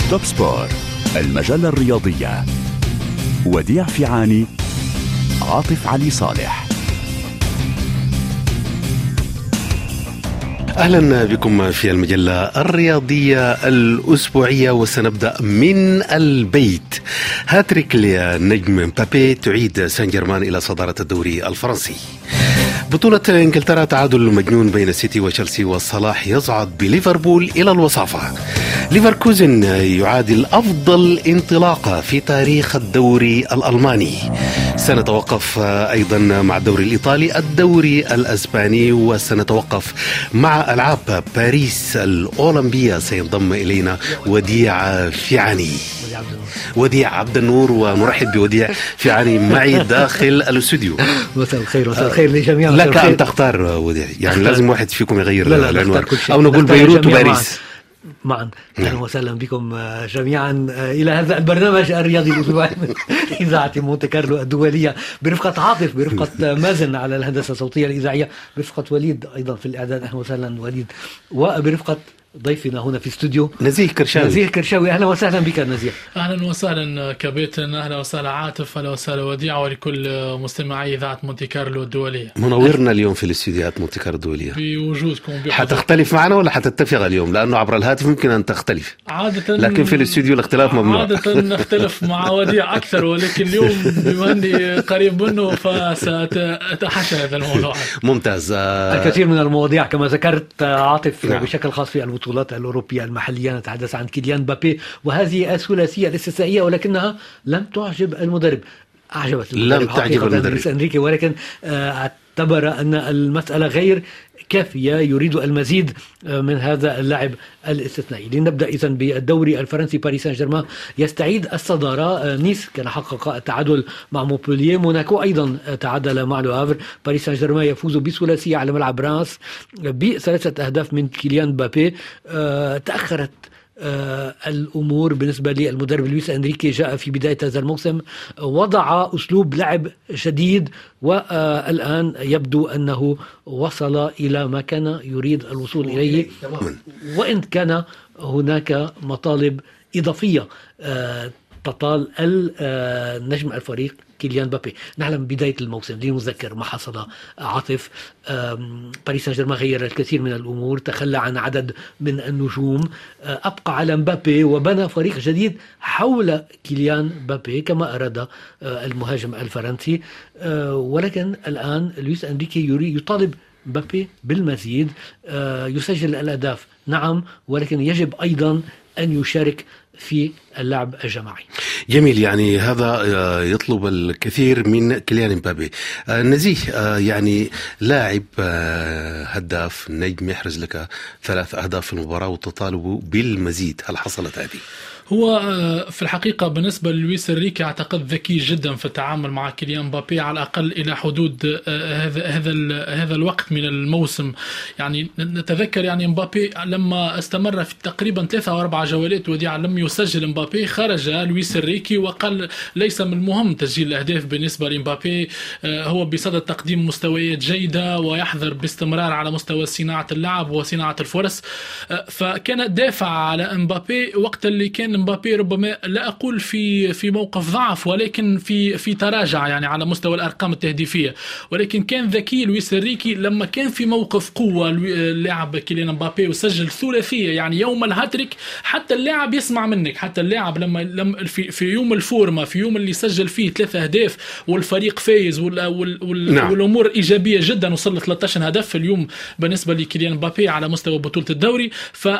توب سبور، المجلة الرياضية. وديع فيعاني، عاطف علي صالح. أهلا بكم في المجلة الرياضية الأسبوعية، وسنبدأ من البيت. هاتريك لنجم مبابي تعيد سان جيرمان إلى صدارة الدوري الفرنسي. بطولة إنجلترا تعادل مجنون بين السيتي وتشيلسي، والصلاح يصعد بليفربول إلى الوصافة. ليفركوزن يعادل أفضل انطلاقة في تاريخ الدوري الألماني. سنتوقف أيضا مع الدوري الإيطالي، الدوري الأسباني، وسنتوقف مع ألعاب باريس الأولمبية. سينضم إلينا وديع فيعاني، وديع عبد النور، ونرحب بوديع فيعاني معي داخل الاستوديو. مساء الخير. مساء الخير لجميع. لك أن تختار وديع، يعني لازم واحد فيكم يغير العنوان، أو نقول بيروت وباريس معا. أهلا وسهلا بكم جميعا إلى هذا البرنامج الرياضي الأسبوعي من إذاعة مونte كارلو الدولية، برفقة عاطف، برفقة مازن على الهندسة الصوتية الإذاعية، برفقة وليد أيضا في الإعداد. أهلا وسهلا وليد، وبرفقة ضيفنا هنا في استوديو نزيه كرشاوي. أهلا وسهلا بك نزيه. أهلا وسهلا كابتن، أهلا وسهلا عاطف، أهلا وسهلا وديع، ولكل مستمعي إذاعة مونte كارلو الدولية. منورنا اليوم في الاستديوهات مونte كارلو الدولية بوجودكم. حتختلف معنا ولا حتتفق اليوم؟ لأنه عبر الهاتف ممكن أن تختلف عادة، لكن في الاستوديو الاختلاف ممنوع. عادة نختلف مع وديع أكثر، ولكن اليوم بما أني قريب منه فسأتحاشى هذا الموضوع. ممتاز. الكثير من المواضيع كما ذكرت عاطف، نعم. بشكل خاص في البطولات الأوروبية المحلية. نتحدث عن كيليان مبابي وهذه الثلاثية الاستثنائية، ولكنها لم تعجب المدرب. أعجبت المدرب، لم تعجب المدرب لويس إنريكي، ولكن اعتبر أن المسألة غير كافية، يريد المزيد من هذا اللاعب الاستثنائي. لنبدأ إذن بالدوري الفرنسي. باريس سان جيرمان يستعيد الصدارة. نيس كان حقق التعادل مع مونبولييه، موناكو أيضا تعادل مع لو هافر. باريس سان جيرمان يفوز بثلاثية على ملعب رانس ب3 أهداف من كيليان مبابي. تأخرت الأمور بالنسبة للمدرب لويس إنريكي. جاء في بداية هذا الموسم، وضع أسلوب لعب شديد، والآن يبدو أنه وصل إلى ما كان يريد الوصول إليه، وإن كان هناك مطالب إضافية تطال النجم الفريق كيليان مبابي. نعلم بداية الموسم، لنذكر ما حصل عاطف. باريس سان جيرمان غير الكثير من الأمور، تخلى عن عدد من النجوم، أبقى على مبابي وبنى فريق جديد حول كيليان مبابي كما أراد المهاجم الفرنسي. ولكن الآن لويس إنريكي يطالب مبابي بالمزيد. يسجل الأهداف نعم، ولكن يجب أيضا أن يشارك في اللعب الجماعي. جميل، يعني هذا يطلب الكثير من كيليان مبابي. نزيه، يعني لاعب هداف نجم يحرز لك 3 أهداف في المباراة وتطالب بالمزيد، هل حصلت هذه؟ هو في الحقيقة بالنسبة للويس إنريكي أعتقد ذكي جدا في التعامل مع كيليان مبابي، على الأقل إلى حدود هذا الوقت من الموسم. يعني نتذكر يعني مبابي لما استمر في تقريبا 3 أو 4 جولات وديع لم يسجل مبابي، خرج لويس إنريكي وقال ليس من المهم تسجيل الأهداف بالنسبة لمبابي، هو بصدد تقديم مستويات جيدة ويحذر باستمرار على مستوى صناعة اللعب وصناعة الفرص. فكان دافع على مبابي وقت اللي كان مبابي ربما لا أقول في موقف ضعف، ولكن في تراجع يعني على مستوى الأرقام التهديفية. ولكن كان ذكي لويس إنريكي لما كان في موقف قوة اللاعب كيليان مبابي وسجل ثلاثية، يعني يوم الهاتريك حتى اللاعب يسمع منك، حتى اللاعب لما في يوم الفورمة، في يوم اللي سجل فيه 3 أهداف والفريق فايز والأمور إيجابية جدا، وصل 13 هدف في اليوم بالنسبة لكيليان مبابي على مستوى بطولة الدوري.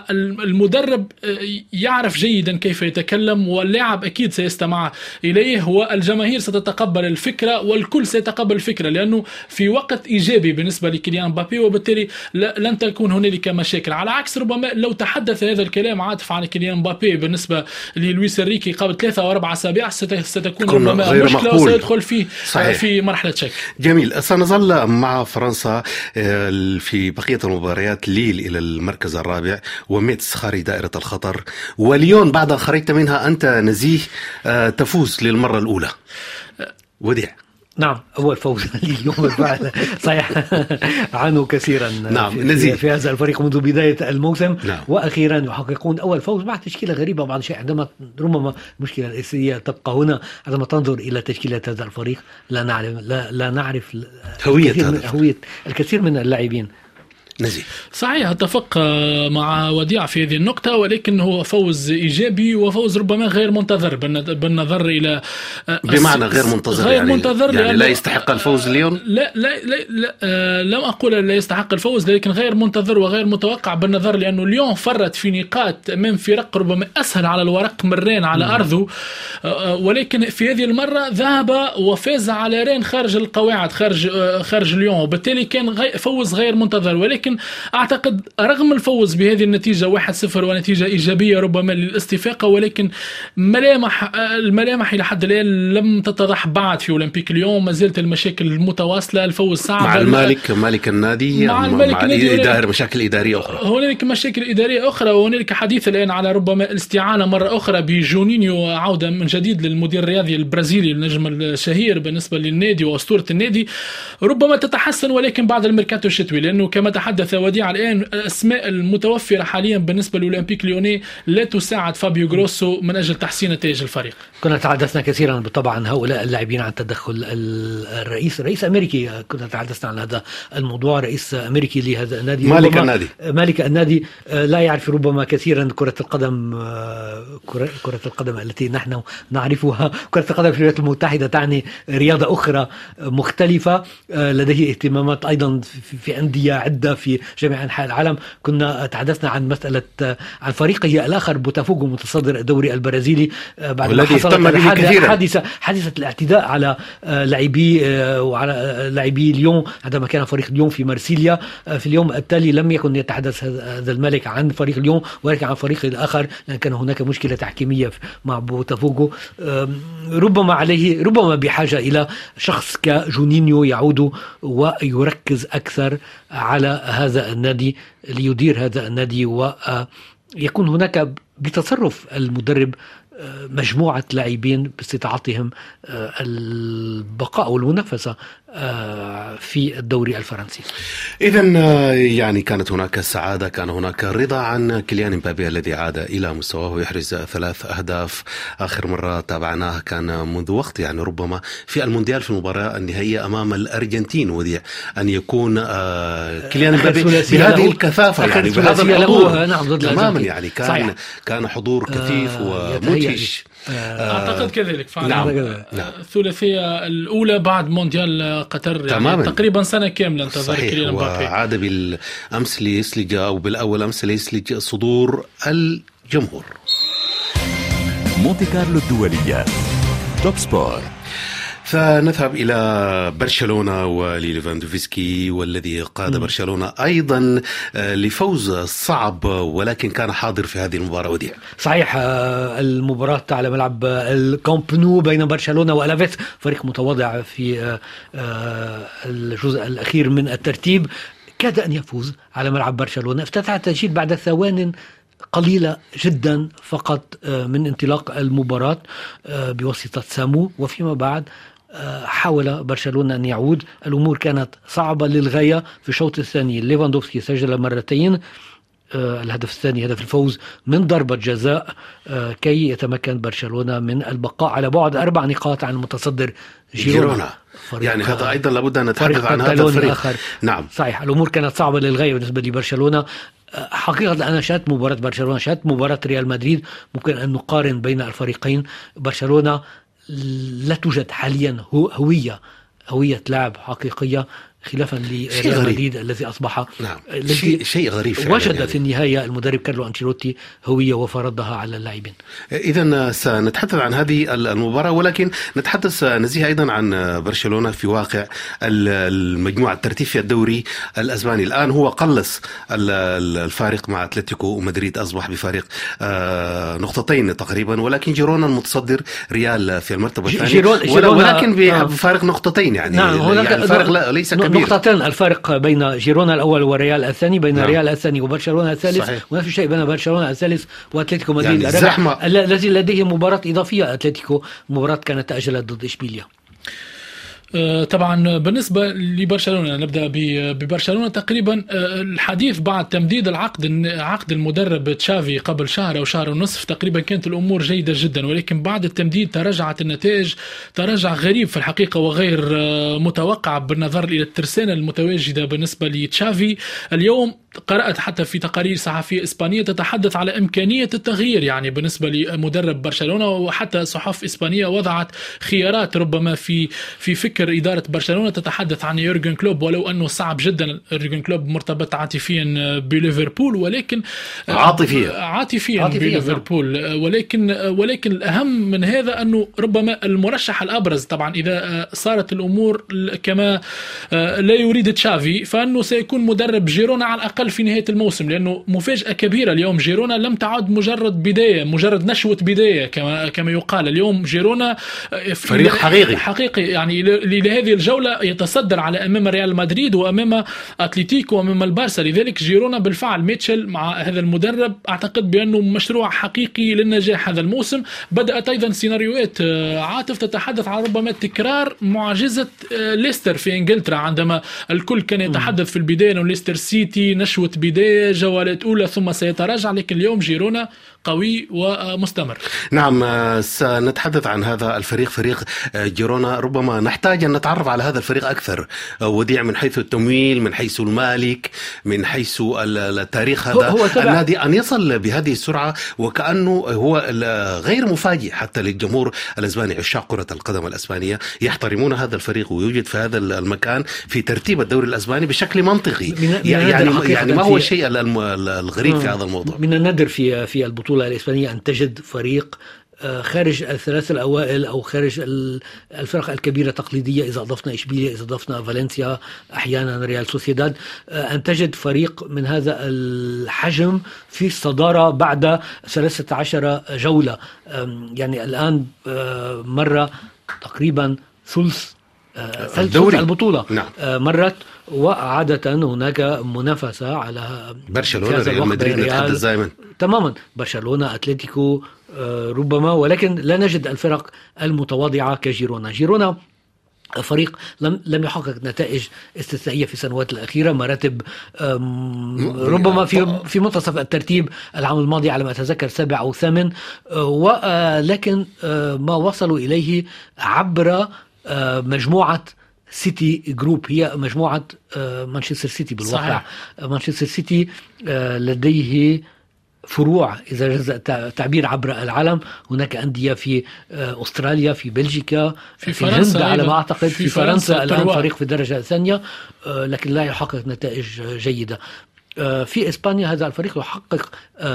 فالمدرب يعرف جيدا كيف يتكلم، واللاعب أكيد سيستمع إليه، والجماهير ستتقبل الفكرة والكل سيتقبل الفكرة، لأنه في وقت إيجابي بالنسبة لكيليان مبابي، وبالتالي لن تكون هنالك مشاكل. على عكس ربما لو تحدث هذا الكلام عاطف عن كيليان مبابي بالنسبة للويس إنريكي قبل 3 أو 4 أسابيع ستكون ربما مشكلة وسيدخل في مرحلة شك. جميل، سنظل مع فرنسا في بقية المباريات. ليل إلى المركز الرابع، وميتس خارج دائرة الخطر، وليون بعد خرجت منها أنت نزيه تفوز للمرة الأولى. وديع، نعم، أول فوز اليوم بالفعل. صحيح عانوا كثيرا في هذا الفريق منذ بداية الموسم. وأخيرا يحققون أول فوز مع تشكيلة غريبة بعض الشيء. عندما ربما المشكلة الأساسية تبقى هنا، عندما تنظر إلى تشكيلة هذا الفريق لا نعرف هوية الكثير من اللاعبين. صحيح، اتفق مع وديع في هذه النقطة، ولكن هو فوز إيجابي وفوز ربما غير منتظر بالنظر إلى بمعنى غير منتظر، يعني لا يستحق الفوز اليوم. لا لم أقول لا يستحق الفوز، لكن غير منتظر وغير متوقع بالنظر لأنه اليوم فرط في نقاط أمام فرق ربما أسهل على الورق من رين على أرضه، ولكن في هذه المرة ذهب وفاز على رين خارج القواعد، خارج اليوم، وبالتالي كان فوز غير منتظر. ولكن أعتقد رغم الفوز بهذه النتيجة 1-0 ونتيجة إيجابية ربما للاستفاقة، ولكن الملامح إلى حد الآن لم تتضح بعد في أولمبيك اليوم. ما زالت المشاكل المتواصلة، الفوز صعب مع مالك النادي، مع الإدارة، مشاكل إدارية أخرى، هنالك مشاكل إدارية أخرى، وهنالك حديث الآن على ربما الاستعانة مرة أخرى بجونينيو، عودة من جديد للمدير الرياضي البرازيلي النجم الشهير بالنسبة للنادي وأسطورة النادي. ربما تتحسن ولكن بعد الميركاتو الشتوي، لأنه كما تحدث وديع الآن الأسماء المتوفرة حاليا بالنسبة للأولمبيك ليوني لا تساعد فابيو جروسو من أجل تحسين نتائج الفريق. كنا تحدثنا كثيرا بالطبع عن هؤلاء اللاعبين، عن تدخل رئيس أمريكي. كنا تحدثنا عن هذا الموضوع، رئيس أمريكي لهذا النادي، مالك النادي لا يعرف ربما كثيرا كرة القدم التي نحن نعرفها. كرة القدم في الولايات المتحدة تعني رياضة أخرى مختلفة، لديه اهتمامات أيضا في أندية عدة في جميع أنحاء العالم. كنا تحدثنا عن مسألة عن فريقه الآخر بوتافوغو متصدر الدوري البرازيلي، بعد ما حصلت حادثة الاعتداء على لاعبي ليون عندما كان فريق ليون في مرسيليا. في اليوم التالي لم يكن يتحدث هذا الملك عن فريق ليون ولكن عن فريقه الآخر، لأن كان هناك مشكلة تحكيمية مع بوتافوغو. ربما بحاجة إلى شخص كجونينيو يعود ويركز أكثر على هذا النادي ليدير هذا النادي، ويكون هناك بتصرف المدرب مجموعة لاعبين باستطاعتهم البقاء والمنافسة في الدوري الفرنسي. إذن يعني كانت هناك سعادة، كان هناك رضا عن كيليان مبابي الذي عاد إلى مستواه ويحرز 3 أهداف. آخر مرة تابعناه كان منذ وقت، يعني ربما في المونديال في المباراة النهائية أمام الأرجنتين، ودي أن يكون كيليان مبابي بهذه الكثافة، يعني بهذا الحضور تماما، يعني كان حضور كثيف ومدهش. أعتقد كذلك فعلا. الثلاثية الأولى بعد مونديال قطر، يعني تقريبا سنة كاملة انتظر كيليان مبابي. وعاد بالأمس ليسلج أو بالأول أمس ليسلج صدور الجمهور. مونتي كارلو الدولية توب سبور. فنذهب إلى برشلونة وليفاندوفسكي، والذي قاد برشلونة أيضا لفوز صعب ولكن كان حاضر في هذه المباراة. وديع صحيح، المباراة على ملعب الكامب نو بين برشلونة وألافيس، فريق متواضع في الجزء الأخير من الترتيب، كاد أن يفوز على ملعب برشلونة. افتتح التسجيل بعد ثوان قليلة جدا فقط من انطلاق المباراة بواسطة سامو، وفيما بعد حاول برشلونة أن يعود. الأمور كانت صعبة للغاية. في الشوط الثاني ليفاندوفسكي سجل مرتين، الهدف الثاني هدف الفوز من ضربة جزاء، كي يتمكن برشلونة من البقاء على بعد 4 نقاط عن المتصدر جيرونا. يعني هذا أيضا لابد أن نتحدث عن هذا الفريق. نعم صحيح، الأمور كانت صعبة للغاية بالنسبة لبرشلونة. حقيقة أنا شاهدت مباراة برشلونة، شاهدت مباراة ريال مدريد، ممكن أن نقارن بين الفريقين. برشلونة لا توجد حاليا هوية لاعب حقيقية، خلافا لريال مدريد الذي أصبح شيء غريب وجد يعني. في النهاية المدرب كارلو أنشيلوتي هوية وفرضها على اللاعبين. إذن سنتحدث عن هذه المباراة، ولكن نتحدث نزيه أيضا عن برشلونة في واقع المجموعة الترتيب في الدوري الأسباني. الآن هو قلص الفارق مع أتلتيكو مدريد، أصبح بفارق 2 نقطة تقريبا، ولكن جيرونا المتصدر، ريال في المرتبة الثانية ولكن بفارق 2 نقطتين. يعني الفارق ليس كبير، 2 نقطتين الفارق بين جيرونا الأول وريال الثاني، بين ريال الثاني وبرشلونة الثالث، ونفس الشيء بين برشلونة الثالث وأتلتيكو مدريد الرابع الذي لديه مباراة إضافية. أتلتيكو مباراة كانت تأجلت ضد إشبيليا. طبعا بالنسبة لبرشلونة نبدأ ببرشلونة. تقريبا الحديث بعد تمديد عقد المدرب تشافي قبل شهر أو شهر ونصف تقريبا كانت الأمور جيدة جدا، ولكن بعد التمديد تراجعت النتائج تراجع غريب في الحقيقة وغير متوقع بالنظر إلى الترسانة المتواجدة بالنسبة لتشافي. اليوم قرأت حتى في تقارير صحفية إسبانية تتحدث على إمكانية التغيير يعني بالنسبة لمدرب برشلونة، وحتى صحف إسبانية وضعت خيارات ربما في فكر إدارة برشلونة تتحدث عن يورغن كلوب، ولو أنه صعب جدا. يورغن كلوب مرتبط عاطفيا بليفربول، ولكن عاطفيا بليفربول، ولكن الأهم من هذا أنه ربما المرشح الأبرز طبعا إذا صارت الأمور كما لا يريد تشافي فأنه سيكون مدرب جيرونا على الأقل في نهاية الموسم، لأنه مفاجأة كبيرة اليوم. جيرونا لم تعد مجرد بداية، مجرد نشوة بداية كما يقال. اليوم جيرونا فريق حقيقي يعني لهذه الجولة يتصدر على أمام ريال مدريد وأمام أتليتيكو وأمام البارسا. لذلك جيرونا بالفعل ميتشل مع هذا المدرب أعتقد بأنه مشروع حقيقي للنجاح هذا الموسم. بدأت أيضا سيناريوهات عاطف تتحدث عن ربما تكرار معجزة ليستر في إنجلترا، عندما الكل كان يتحدث في البداية أنه ليستر سيتي نشوة بداية جولات أولى ثم سيتراجع، لكن اليوم جيرونا قوي ومستمر. نعم، سنتحدث عن هذا الفريق، فريق جيرونا. ربما نحتاج أن نتعرف على هذا الفريق أكثر. وديع، من حيث التمويل، من حيث المالك، من حيث التاريخ، هذا النادي أن يصل بهذه السرعة وكأنه هو غير مفاجئ حتى للجمهور الأسباني. عشاق كرة القدم الأسبانية يحترمون هذا الفريق ويوجد في هذا المكان في ترتيب الدوري الأسباني بشكل منطقي. يعني ما هو الشيء الغريب في هذا الموضوع؟ من النادر في البطولة الإسبانية أن تجد فريق خارج الثلاث الأوائل أو خارج الفرق الكبيرة التقليدية، إذا أضفنا إشبيلية، إذا أضفنا فالنسيا، أحيانا ريال سوسيداد، أن تجد فريق من هذا الحجم في الصدارة بعد 13 جولة. يعني الآن مرة تقريبا ثلث البطولة. نعم. مرت، وعادة هناك منافسة على برشلونة، ريال مدريد نتحدث دائما تماما، برشلونة، أتلتيكو ربما، ولكن لا نجد الفرق المتواضعة كجيرونا. جيرونا فريق لم يحقق نتائج استثنائية في السنوات الأخيرة، مراتب ربما في منتصف الترتيب العام الماضي على ما أتذكر 7 أو 8، ولكن ما وصلوا إليه عبر مجموعة سيتي جروب، هي مجموعة مانشستر سيتي بالواقع. صحيح. مانشستر سيتي لديه فروع، إذا جاز التعبير، عبر العالم. هناك أندية في أستراليا، في بلجيكا، في الهند على ما أعتقد، في فرنسا الآن فريق في الدرجة الثانية، لكن لا يحقق نتائج جيدة. في إسبانيا هذا الفريق يحقق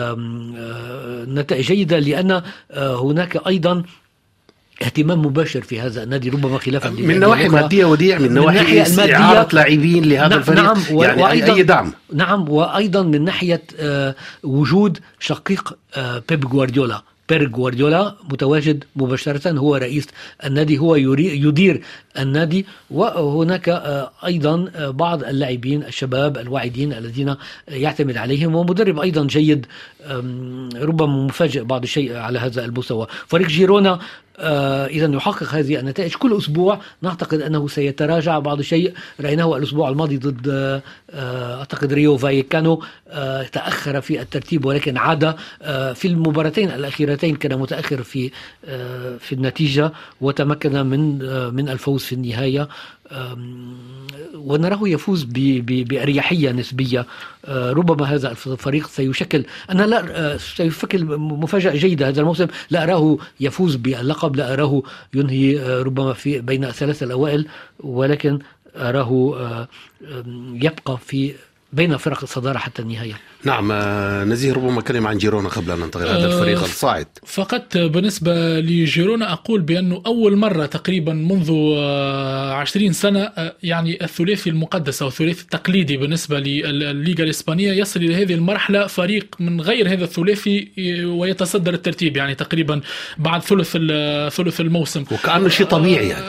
نتائج جيدة لأن هناك أيضا اهتمام مباشر في هذا النادي، ربما خلافا من نواحي مادية وديع، من نواحي استعارة لاعبين لهذا الفريق. نعم، يعني أي دعم. نعم، وأيضا من ناحية وجود شقيق بيب غوارديولا. بيب غوارديولا متواجد مباشرة، هو رئيس النادي، هو يدير النادي. وهناك أيضا بعض اللاعبين الشباب الواعدين الذين يعتمد عليهم، ومدرب أيضا جيد، ربما مفاجئ بعض الشيء على هذا المستوى. فريق جيرونا إذا يحقق هذه النتائج كل أسبوع. نعتقد أنه سيتراجع بعض الشيء، رأيناه الأسبوع الماضي ضد أعتقد ريو فايكانو، تأخر في الترتيب ولكن عاد في المباراتين الأخيرتين، كان متأخر في النتيجة وتمكن من الفوز في النهاية، ونراه يفوز بأريحية نسبية. ربما هذا الفريق سيشكل، أنا لا سيفكر مفاجأة جيدة هذا الموسم. لا أراه يفوز باللقب، لا أراه ينهي ربما في بين الثلاثة الأوائل، ولكن أراه يبقى في بين فرق الصدارة حتى النهاية. نعم، نزيه ربما كلمة عن جيرونا قبل أن ننتقل هذا الفريق الصاعد. فقط بالنسبة لجيرونا أقول بأنه أول مرة تقريبا منذ 20 سنة يعني الثلاثي المقدس أو الثلاثي التقليدي بالنسبة للليغا الإسبانية يصل إلى هذه المرحلة، فريق من غير هذا الثلاثي ويتصدر الترتيب يعني تقريبا بعد ثلث الموسم، وكأنه شيء طبيعي يعني.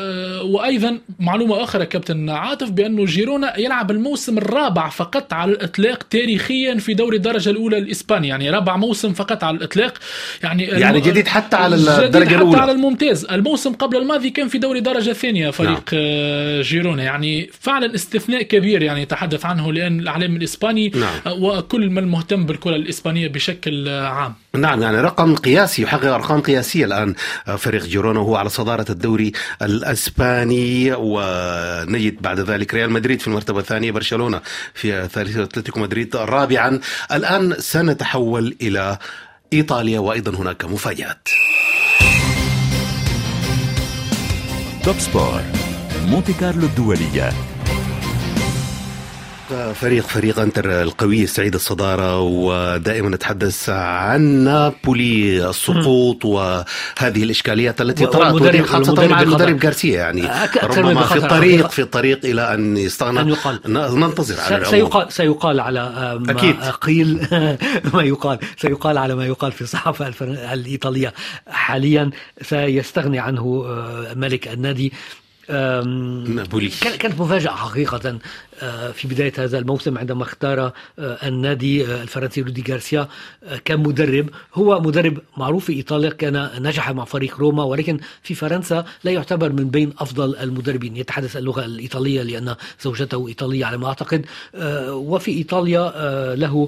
وأيضا معلومة أخرى كابتن عاطف بأنه جيرونا يلعب الموسم الرابع فقط على الإطلاق تاريخيا في دوري الدرجة الأولى الإسباني، يعني رابع موسم فقط على الإطلاق، يعني جديد حتى على الدرجة الأولى، حتى على الممتاز. الموسم قبل الماضي كان في دوري درجة ثانية فريق جيرونا، يعني فعلا استثناء كبير يعني يتحدث عنه لأن الإعلام الإسباني وكل من مهتم بالكرة الإسبانية بشكل عام. نعم، يعني رقم قياسي، يحقق أرقام قياسية الآن فريق جيرونا، وهو على صدارة الدوري الأسباني، ونجد بعد ذلك ريال مدريد في المرتبة الثانية، برشلونة في ثالثة، أتلتيكو مدريد رابعا. الآن سنتحول إلى إيطاليا، وأيضا هناك مفاجآت. توب سبور مونتي كارلو الدولية. فريق انتر القوي يستعيد الصدارة، ودائما نتحدث عن نابولي السقوط وهذه الإشكاليات التي طرأت، خاصة مع المدرب غارسيا، يعني ربما في الطريق إلى أن يستغنى. ننتظر على سيقال على ما قيل سيقال على ما يقال في الصحافة الإيطالية حاليا، سيستغني عنه ملك النادي. كانت مفاجأة حقيقة في بداية هذا الموسم عندما اختار النادي الفرنسي رودي غارسيا كمدرب. هو مدرب معروف في إيطاليا، كان نجح مع فريق روما، ولكن في فرنسا لا يعتبر من بين أفضل المدربين، يتحدث اللغة الإيطالية لأن زوجته إيطالية على ما أعتقد، وفي إيطاليا له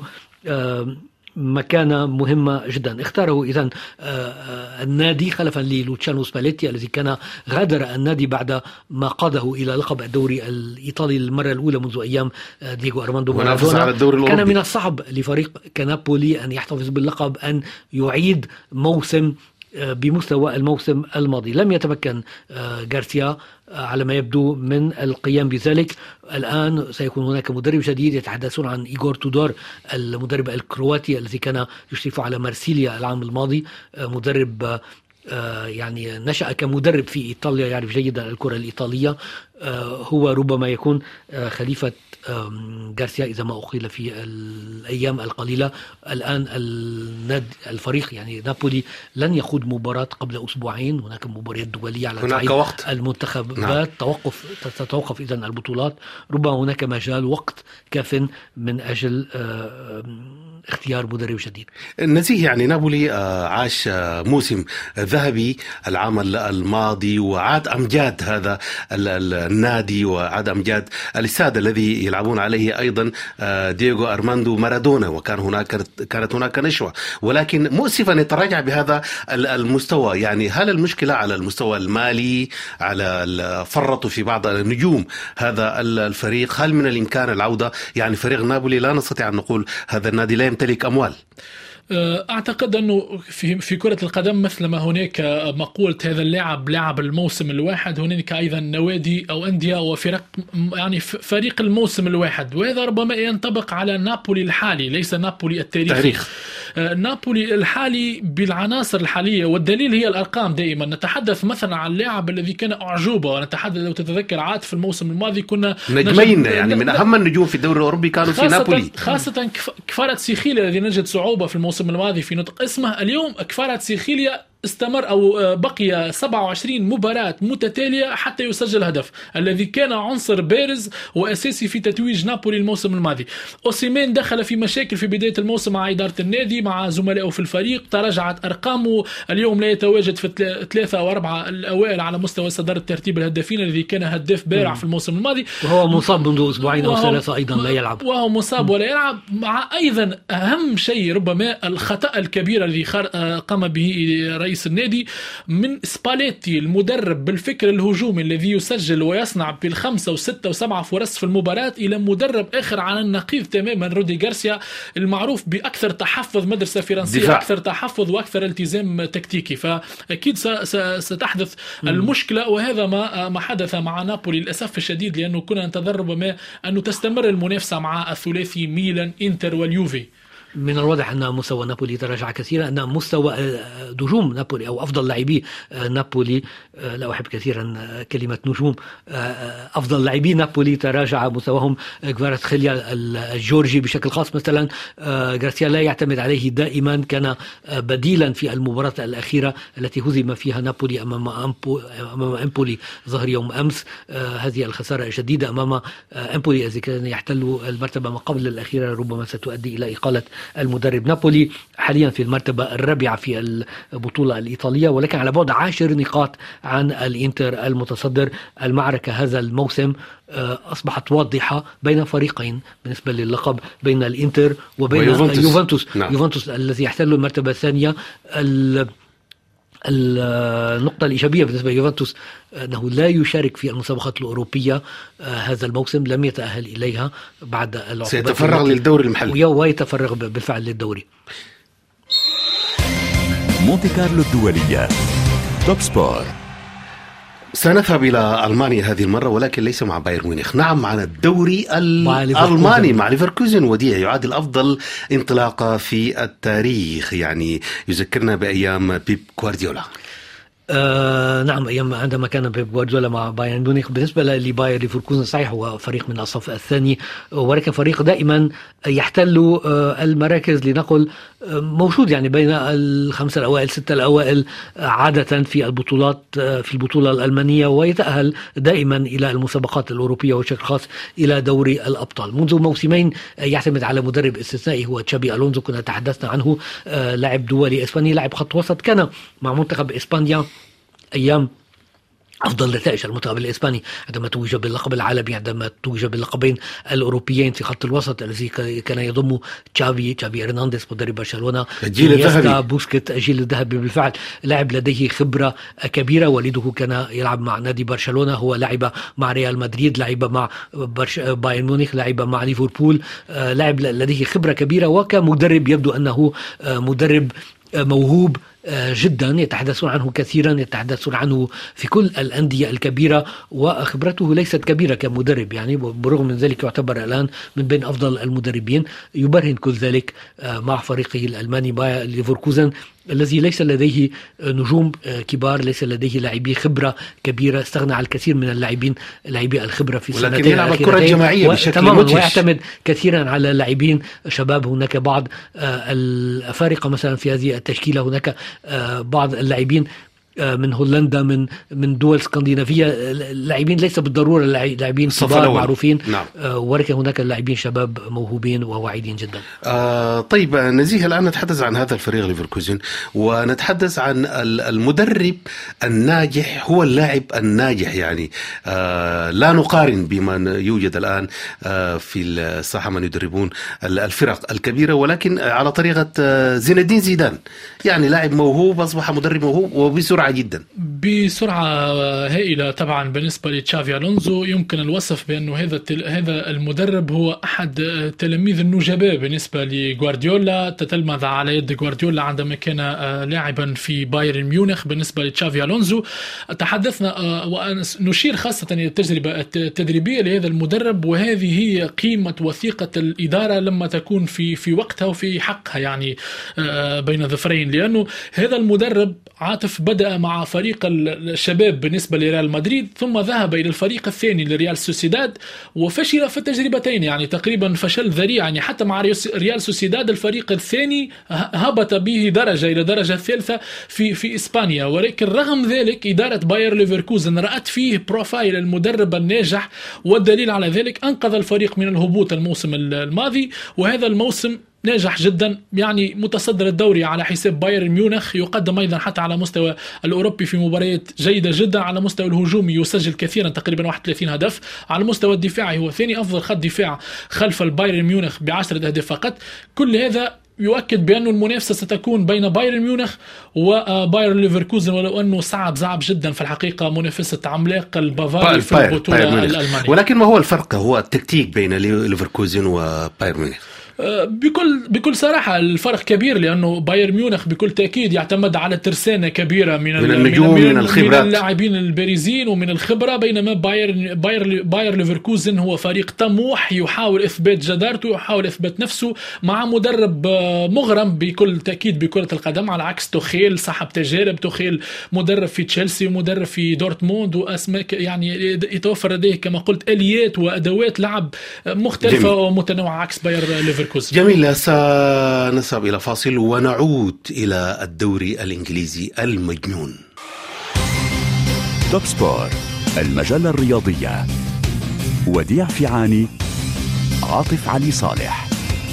مكانة مهمة جدا. اختاره إذن النادي خلفا للوتشانو سباليتي الذي كان غادر النادي بعد ما قاده إلى لقب الدوري الإيطالي للمرة الأولى منذ أيام دييغو أرماندو مارادونا. كان من الصعب لفريق كنابولي أن يحتفظ باللقب، أن يعيد موسم بمستوى الموسم الماضي. لم يتمكن غارسيا على ما يبدو من القيام بذلك. الآن سيكون هناك مدرب جديد، يتحدثون عن إيغور تودور المدرب الكرواتي الذي كان يشرف على مارسيليا العام الماضي، مدرب يعني نشأ كمدرب في إيطاليا، يعرف جيدا الكرة الإيطالية. هو ربما يكون خليفة غارسيا إذا ما أقيل في الأيام القليلة. الآن الفريق يعني نابولي لن يخوض مباراة قبل أسبوعين، هناك مباريات دولية على صعيد المنتخبات، تتوقف إذن البطولات. ربما هناك مجال وقت كاف من أجل اختيار مدرب جديد. نزيه، يعني نابولي عاش موسم ذهبي العام الماضي، وعاد أمجاد هذا النادي، وعاد أمجاد الاستاد الذي يلعبون عليه أيضا دييغو أرماندو مارادونا، كانت هناك نشوة، ولكن مؤسفا يتراجع بهذا المستوى. يعني هل المشكلة على المستوى المالي، على فرطوا في بعض النجوم هذا الفريق؟ هل من الإمكان العودة؟ يعني فريق نابولي لا نستطيع أن نقول هذا النادي لا يمتلك أموال. أعتقد أنه في كرة القدم مثل ما هناك مقولة هذا اللاعب لاعب الموسم الواحد، هناك أيضا نوادي أو أندية وفرق، يعني فريق الموسم الواحد، وهذا ربما ينطبق على نابولي الحالي، ليس نابولي التاريخي. نابولي الحالي بالعناصر الحالية، والدليل هي الأرقام. دائما نتحدث مثلا عن اللاعب الذي كان أعجوبة، ونتحدث لو تتذكر عاد في الموسم الماضي كنا نجمين، يعني من أهم النجوم في الدوري الأوروبي كانوا في نابولي، خاصة كفاراتسخيليا الذي نجد صعوبة في الموسم الماضي في نطق اسمه. اليوم كفاراتسخيليا استمر أو بقي 27 مباراة متتالية حتى يسجل هدف، الذي كان عنصر بارز وأساسي في تتويج نابولي الموسم الماضي. أوسيمين دخل في مشاكل في بداية الموسم مع إدارة النادي، مع زملائه في الفريق، تراجعت أرقامه، اليوم لا يتواجد في 3 أو 4 الأوائل على مستوى صدارة ترتيب الهدافين الذي كان هداف بارع في الموسم الماضي، وهو مصاب منذ أسبوعين أو 3 أيضا لا يلعب، وهو مصاب ولا يلعب. مع أيضا أهم شيء ربما الخطأ الكبير الذي قام به رئيس النادي من سباليتي المدرب بالفكر الهجومي الذي يسجل ويصنع بال5 و6 و7 فرص في المباراة، إلى مدرب آخر على النقيض تماما رودي غارسيا المعروف بأكثر تحفظ مدرسة فرنسية دفاع. أكثر تحفظ وأكثر التزام تكتيكي. فأكيد ستحدث المشكلة، وهذا ما حدث مع نابولي للأسف الشديد، لأنه كنا ننتظر ربما أنه تستمر المنافسة مع الثلاثي ميلان إنتر واليوفي. من الواضح أن مستوى نابولي تراجع كثيرا، أن مستوى نجوم نابولي أو أفضل لاعبي نابولي، لا أحب كثيرا كلمة نجوم، أفضل لاعبي نابولي تراجع مستواهم. كفاراتسخيليا الجورجي بشكل خاص مثلا، غارسيا لا يعتمد عليه دائما، كان بديلا في المباراة الأخيرة التي هزم فيها نابولي أمام أمبولي ظهر يوم أمس. هذه الخسارة الشديدة أمام أمبولي الذي كان يحتل المرتبة ما قبل الأخيرة ربما ستؤدي إلى إقالة المدرب. نابولي حاليا في المرتبة الرابعة في البطولة الإيطالية، ولكن على بعد 10 نقاط عن الإنتر المتصدر. المعركة هذا الموسم أصبحت واضحة بين فريقين بالنسبة للقب، بين الإنتر وبين يوفنتوس. نعم. يوفنتوس الذي يحتل المرتبة الثانية. النقطة الإيجابية بالنسبة ليوفنتوس أنه لا يشارك في المسابقات الأوروبية هذا الموسم، لم يتأهل إليها بعد العقوبات، سيتفرغ للدوري المحلي ويتفرغ بالفعل للدوري. مونتي كارلو الدولية توب سبور. سنذهب إلى ألمانيا هذه المرة، ولكن ليس مع بايرن ميونخ. نعم، معنا الدوري الألماني مع ليفركوزن، وديع يعادل أفضل انطلاقة في التاريخ، يعني يذكرنا بأيام بيب غوارديولا. نعم، أيام عندما كان بيب غوارديولا مع بايرن ميونخ. بالنسبة لباير ليفركوزن صحيح هو فريق من الصف الثاني، ولكن فريق دائما يحتل المراكز، لنقل موجود يعني بين الخمسة الأوائل 6 الأوائل عادة في البطولات، في البطولة الألمانية، ويتأهل دائما إلى المسابقات الأوروبية وبشكل خاص إلى دوري الأبطال. منذ موسمين يعتمد على مدرب استثنائي هو تشابي ألونزو، كنا تحدثنا عنه، لاعب دولي إسباني، لاعب خط وسط، كان مع منتخب إسبانيا أيام أفضل نتائج المنتخب الإسباني عندما توج باللقب العالمي، عندما توج باللقبين الأوروبيين في خط الوسط الذي كان يضم تشافي هرنانديز مدرب برشلونة، الجيل الذهبي، بوسكيت الجيل الذهبي. بالفعل لاعب لديه خبرة كبيرة، والده كان يلعب مع نادي برشلونة، هو لعب مع ريال مدريد، لعب مع بايرن ميونخ، لعب مع ليفربول، لاعب لديه خبرة كبيرة، وكمدرب يبدو أنه مدرب موهوب جدا، يتحدثون عنه كثيرا، يتحدثون عنه في كل الأندية الكبيرة، وخبرته ليست كبيرة كمدرب يعني، برغم من ذلك يعتبر الآن من بين أفضل المدربين. يبرهن كل ذلك مع فريقه الألماني باير ليفركوزن الذي ليس لديه نجوم كبار، ليس لديه لاعبي خبرة كبيرة، استغنى عن الكثير من اللاعبين لاعبي الخبرة في السنتين الأخيرتين، ولكن يلعب الكرة الجماعية بشكل مدهش، ويعتمد كثيرا على لاعبين شباب. هناك بعض الأفارقة مثلا في هذه التشكيلة، هناك بعض اللاعبين من هولندا، من دول اسكندنافية، لاعبين ليس بالضرورة لاعبين كبار معروفين. نعم. ولكن هناك لاعبين شباب موهوبين وواعدين جدا. طيب نزيه، الآن نتحدث عن هذا الفريق ليفركوزن، ونتحدث عن المدرب الناجح، هو اللاعب الناجح يعني. لا نقارن بمن يوجد الآن في الساحة من يدربون الفرق الكبيرة، ولكن على طريقة زين الدين زيدان، يعني لاعب موهوب أصبح مدرب موهوب وبسرعة جدا، بسرعة هائلة. طبعا بالنسبة لتشافي ألونزو يمكن الوصف بأنه هذا المدرب هو أحد تلاميذ النجباء بالنسبة لغوارديولا، تتلمذ على يد غوارديولا عندما كان لاعبا في بايرن ميونخ. بالنسبة لتشافي ألونزو تحدثنا ونشير خاصة إلى التجربة التدريبية لهذا المدرب، وهذه هي قيمة وثيقة الإدارة لما تكون في وقتها وفي حقها يعني بين الظفرين، لأنه هذا المدرب عاطف بدأ مع فريق الشباب بالنسبة لريال مدريد، ثم ذهب إلى الفريق الثاني لريال سوسيداد وفشل في التجربتين، يعني تقريبا فشل ذريع، يعني حتى مع ريال سوسيداد الفريق الثاني هبط به درجة إلى درجة الثالثة في إسبانيا. ولكن رغم ذلك إدارة باير ليفركوزن رأت فيه بروفايل المدرب الناجح، والدليل على ذلك أنقذ الفريق من الهبوط الموسم الماضي، وهذا الموسم ناجح جدا، يعني متصدر الدوري على حساب بايرن ميونخ، يقدم أيضا حتى على مستوى الأوروبي في مباريات جيدة جدا، على مستوى الهجومي يسجل كثيرا تقريبا 31 هدف، على مستوى الدفاعي هو ثاني أفضل خط دفاع خلف البايرن ميونخ ب10 أهداف فقط. كل هذا يؤكد بأن المنافسة ستكون بين بايرن ميونخ وبايرن ليفركوزن، ولو أنه صعب جدا في الحقيقة منافسة عملاق البافاري في البطولة الألمانية. ولكن ما هو الفرق؟ هو التكتيك بين ليفركوزن وبايرن ميونخ. بكل صراحة الفرق كبير، لأنه بايرن ميونخ بكل تأكيد يعتمد على ترسانة كبيرة من النجوم، من الخبرات، من اللاعبين البارزين ومن الخبرة، بينما باير ليفركوزن هو فريق طموح يحاول إثبات جدارته، يحاول إثبات نفسه مع مدرب مغرم بكل تأكيد بكرة القدم، على عكس توخيل صاحب تجارب. توخيل مدرب في تشيلسي ومدرب في دورتموند، وأسماء يعني يتوفر لديه كما قلت آليات وأدوات لعب مختلفة جميل. ومتنوعة عكس باير ليفركوزن. جميل. سنذهب إلى فاصل ونعود إلى الدوري الإنجليزي المجنون. توب سبور، المجلة الرياضية. وديع فيعاني، عاطف علي صالح.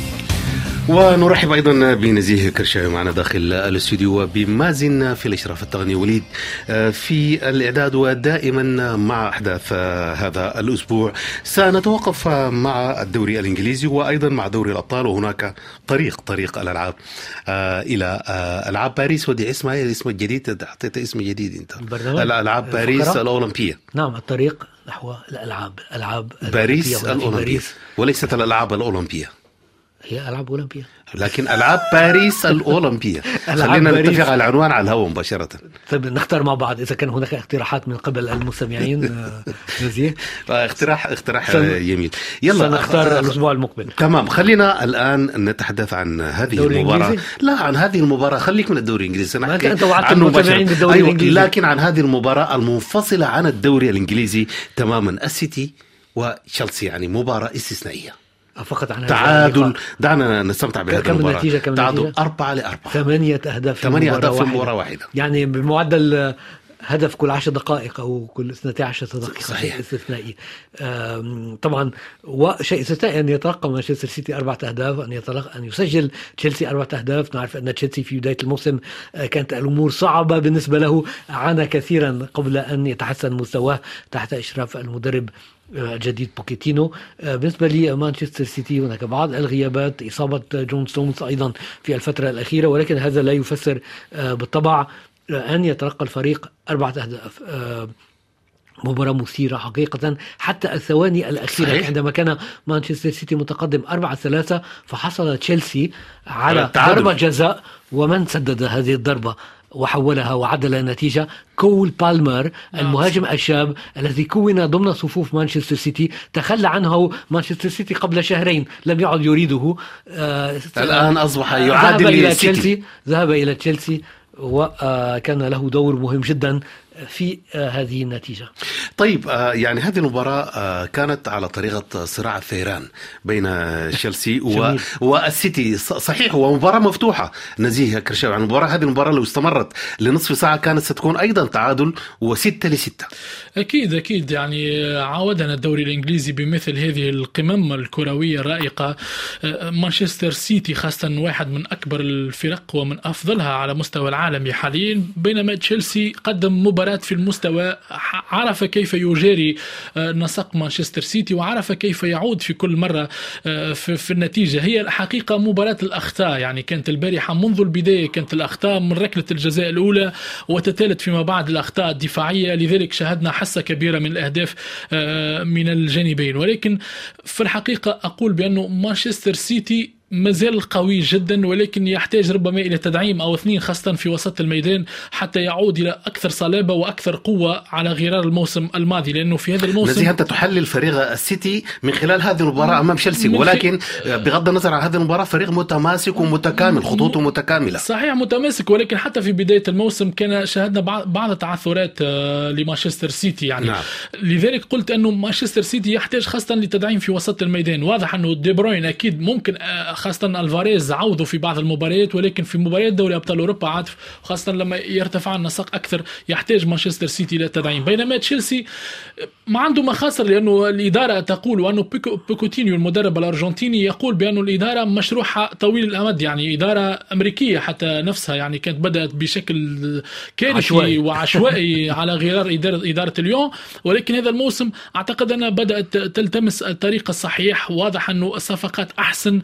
ونرحب أيضا بنزيه كرشاوي معنا داخل الاستوديو، وبمازن في الإشراف التقني، وليد في الإعداد. ودائما مع أحداث هذا الأسبوع سنتوقف مع الدوري الإنجليزي وأيضا مع دوري الأبطال، وهناك طريق الألعاب إلى ألعاب باريس. ودي اسمها الاسم الجديد، حطيت اسم جديد أنت، الألعاب باريس الأولمبية. نعم، الطريق نحو ألعاب باريس الأولمبية، وليست الألعاب الأولمبية، هي ألعاب أولمبية، لكن ألعاب باريس الأولمبية. خلينا نتفق على العنوان على الهواء مباشرة. طيب نختار مع بعض إذا كان هناك اقتراحات من قبل المستمعين. نزيه اقتراح جميل. يلا سنختار الأسبوع المقبل. تمام. خلينا الآن نتحدث عن هذه المباراة. لا، عن هذه المباراة، خليك من الدوري الإنجليزي، سنحكي أنت وعدت المتابعين بالدوري الإنجليزي. لكن عن هذه المباراة المنفصلة عن الدوري الإنجليزي تماما، السيتي وتشيلسي، يعني مباراة استثنائية فقط عن تعادل. دعنا نستمتع بهذه المباراة. تعادل 4-4، 8 أهداف في مباراة واحدة، يعني بمعدل هدف كل 10 دقائق أو كل 12 دقيقة. صحيح. استثنائي. طبعا وشيء استثنائي أن يتلقى مانشستر سيتي 4 أهداف، أن يسجل تشيلسي 4 أهداف. نعرف أن تشيلسي في بداية الموسم كانت الأمور صعبة بالنسبة له، عانى كثيرا قبل أن يتحسن مستواه تحت إشراف المدرب الجديد بوكيتينو. بالنسبة لي مانشستر سيتي هناك بعض الغيابات، إصابة جون ستونز أيضا في الفترة الأخيرة، ولكن هذا لا يفسر بالطبع أن يتلقى الفريق 4 أهداف. مباراة مثيرة حقيقة حتى الثواني الأخيرة. صحيح. عندما كان مانشستر سيتي متقدم 4-3 فحصل تشيلسي على ضربة جزاء، ومن سدد هذه الضربة وحولها وعدل النتيجة؟ كول بالمر، المهاجم الشاب الذي كون ضمن صفوف مانشستر سيتي. تخلى عنه مانشستر سيتي قبل شهرين، لم يعد يريده. الآن أصبح يعادل السيتي. ذهب إلى تشيلسي وكان له دور مهم جدا في هذه النتيجة. طيب، يعني هذه المباراة كانت على طريقة صراع الثيران بين تشيلسي والسيتي. صحيح، ومباراة مفتوحة. نزيه كرشاوي عن المباراة، هذه المباراة لو استمرت لنصف ساعة كانت ستكون أيضا تعادل 6-6. أكيد يعني عودنا الدوري الإنجليزي بمثل هذه القمم الكروية الرائقة. مانشستر سيتي خاصة واحد من أكبر الفرق ومن أفضلها على مستوى العالم حاليا، بينما تشيلسي قدم مباراة في المستوى، عرف كيف يجاري نسق مانشستر سيتي، وعرف كيف يعود في كل مرة في النتيجة. هي الحقيقة مباراة الأخطاء، يعني كانت البارحة منذ البداية كانت الأخطاء من ركلة الجزاء الأولى، وتتالت فيما بعد الأخطاء الدفاعية، لذلك شاهدنا حصة كبيرة من الأهداف من الجانبين. ولكن في الحقيقة أقول بأنه مانشستر سيتي مازال قوي جدا، ولكن يحتاج ربما إلى تدعيم أو 2 خاصة في وسط الميدان حتى يعود إلى أكثر صلابة وأكثر قوة على غرار الموسم الماضي، لأنه في هذا الموسم نزيه أنت تحلل فريق السيتي من خلال هذه المباراة أمام تشيلسي، ولكن بغض النظر عن هذه المباراة فريق متماسك ومتكامل، خطوطه متكاملة. صحيح متماسك، ولكن حتى في بداية الموسم كان شاهدنا بعض التعثرات لمانشستر سيتي يعني. نعم. لذلك قلت أنه مانشستر سيتي يحتاج خاصة لتدعيم في وسط الميدان. واضح أنه دي بروين أكيد ممكن، خاصة الفاريز عوضوا في بعض المباريات، ولكن في مباريات دوري أبطال أوروبا عاطف، خاصة لما يرتفع النسق أكثر يحتاج مانشستر سيتي للتدعيم. بينما تشيلسي ما عنده مخاطر، لأنه الإدارة تقول، وأنه بوكوتينيو المدرب الأرجنتيني يقول بأنه الإدارة مشروعها طويل الأمد، يعني إدارة أمريكية حتى نفسها، يعني كانت بدأت بشكل كارثي وعشوائي على غرار إدارة اليوم، ولكن هذا الموسم أعتقد أنها بدأت تلتمس الطريق الصحيح. واضح أنه الصفقات أحسن، واضح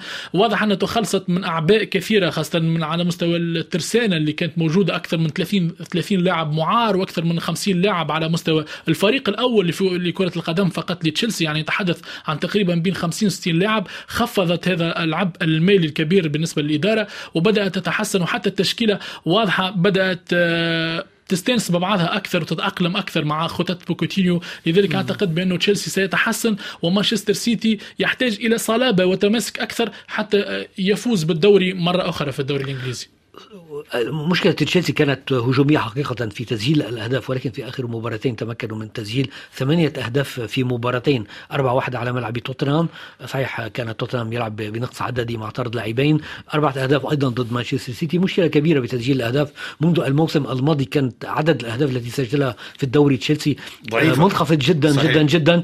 واضح أنها تخلصت من أعباء كثيرة، خاصة من على مستوى الترسانة اللي كانت موجودة أكثر من 30 لاعب معار وأكثر من 50 لاعب على مستوى الفريق الأول لكرة القدم فقط لتشيلسي، يعني نتحدث عن تقريبا بين 50-60 لاعب. خفضت هذا العبء المالي الكبير بالنسبة للإدارة وبدأت تتحسن، وحتى التشكيلة واضحة بدأت تستنس ببعضها أكثر وتتأقلم أكثر مع خطط بوكوتينيو. لذلك أعتقد بأنه تشيلسي سيتحسن، ومانشستر سيتي يحتاج إلى صلابة وتماسك أكثر حتى يفوز بالدوري مرة أخرى في الدوري الإنجليزي. مشكلة تشيلسي كانت هجومية حقيقة في تسجيل الأهداف، ولكن في آخر مباراتين تمكنوا من تسجيل 8 أهداف في مباراتين، 4-1 على ملعب توتنهام. صحيح كان توتنهام يلعب بنقص عددي مع طرد لاعبين، 4 أهداف أيضا ضد مانشستر سيتي. مشكلة كبيرة بتسجيل الأهداف منذ الموسم الماضي، كانت عدد الأهداف التي سجلها في الدوري تشيلسي منخفض جدا. صحيح. جدا جدا.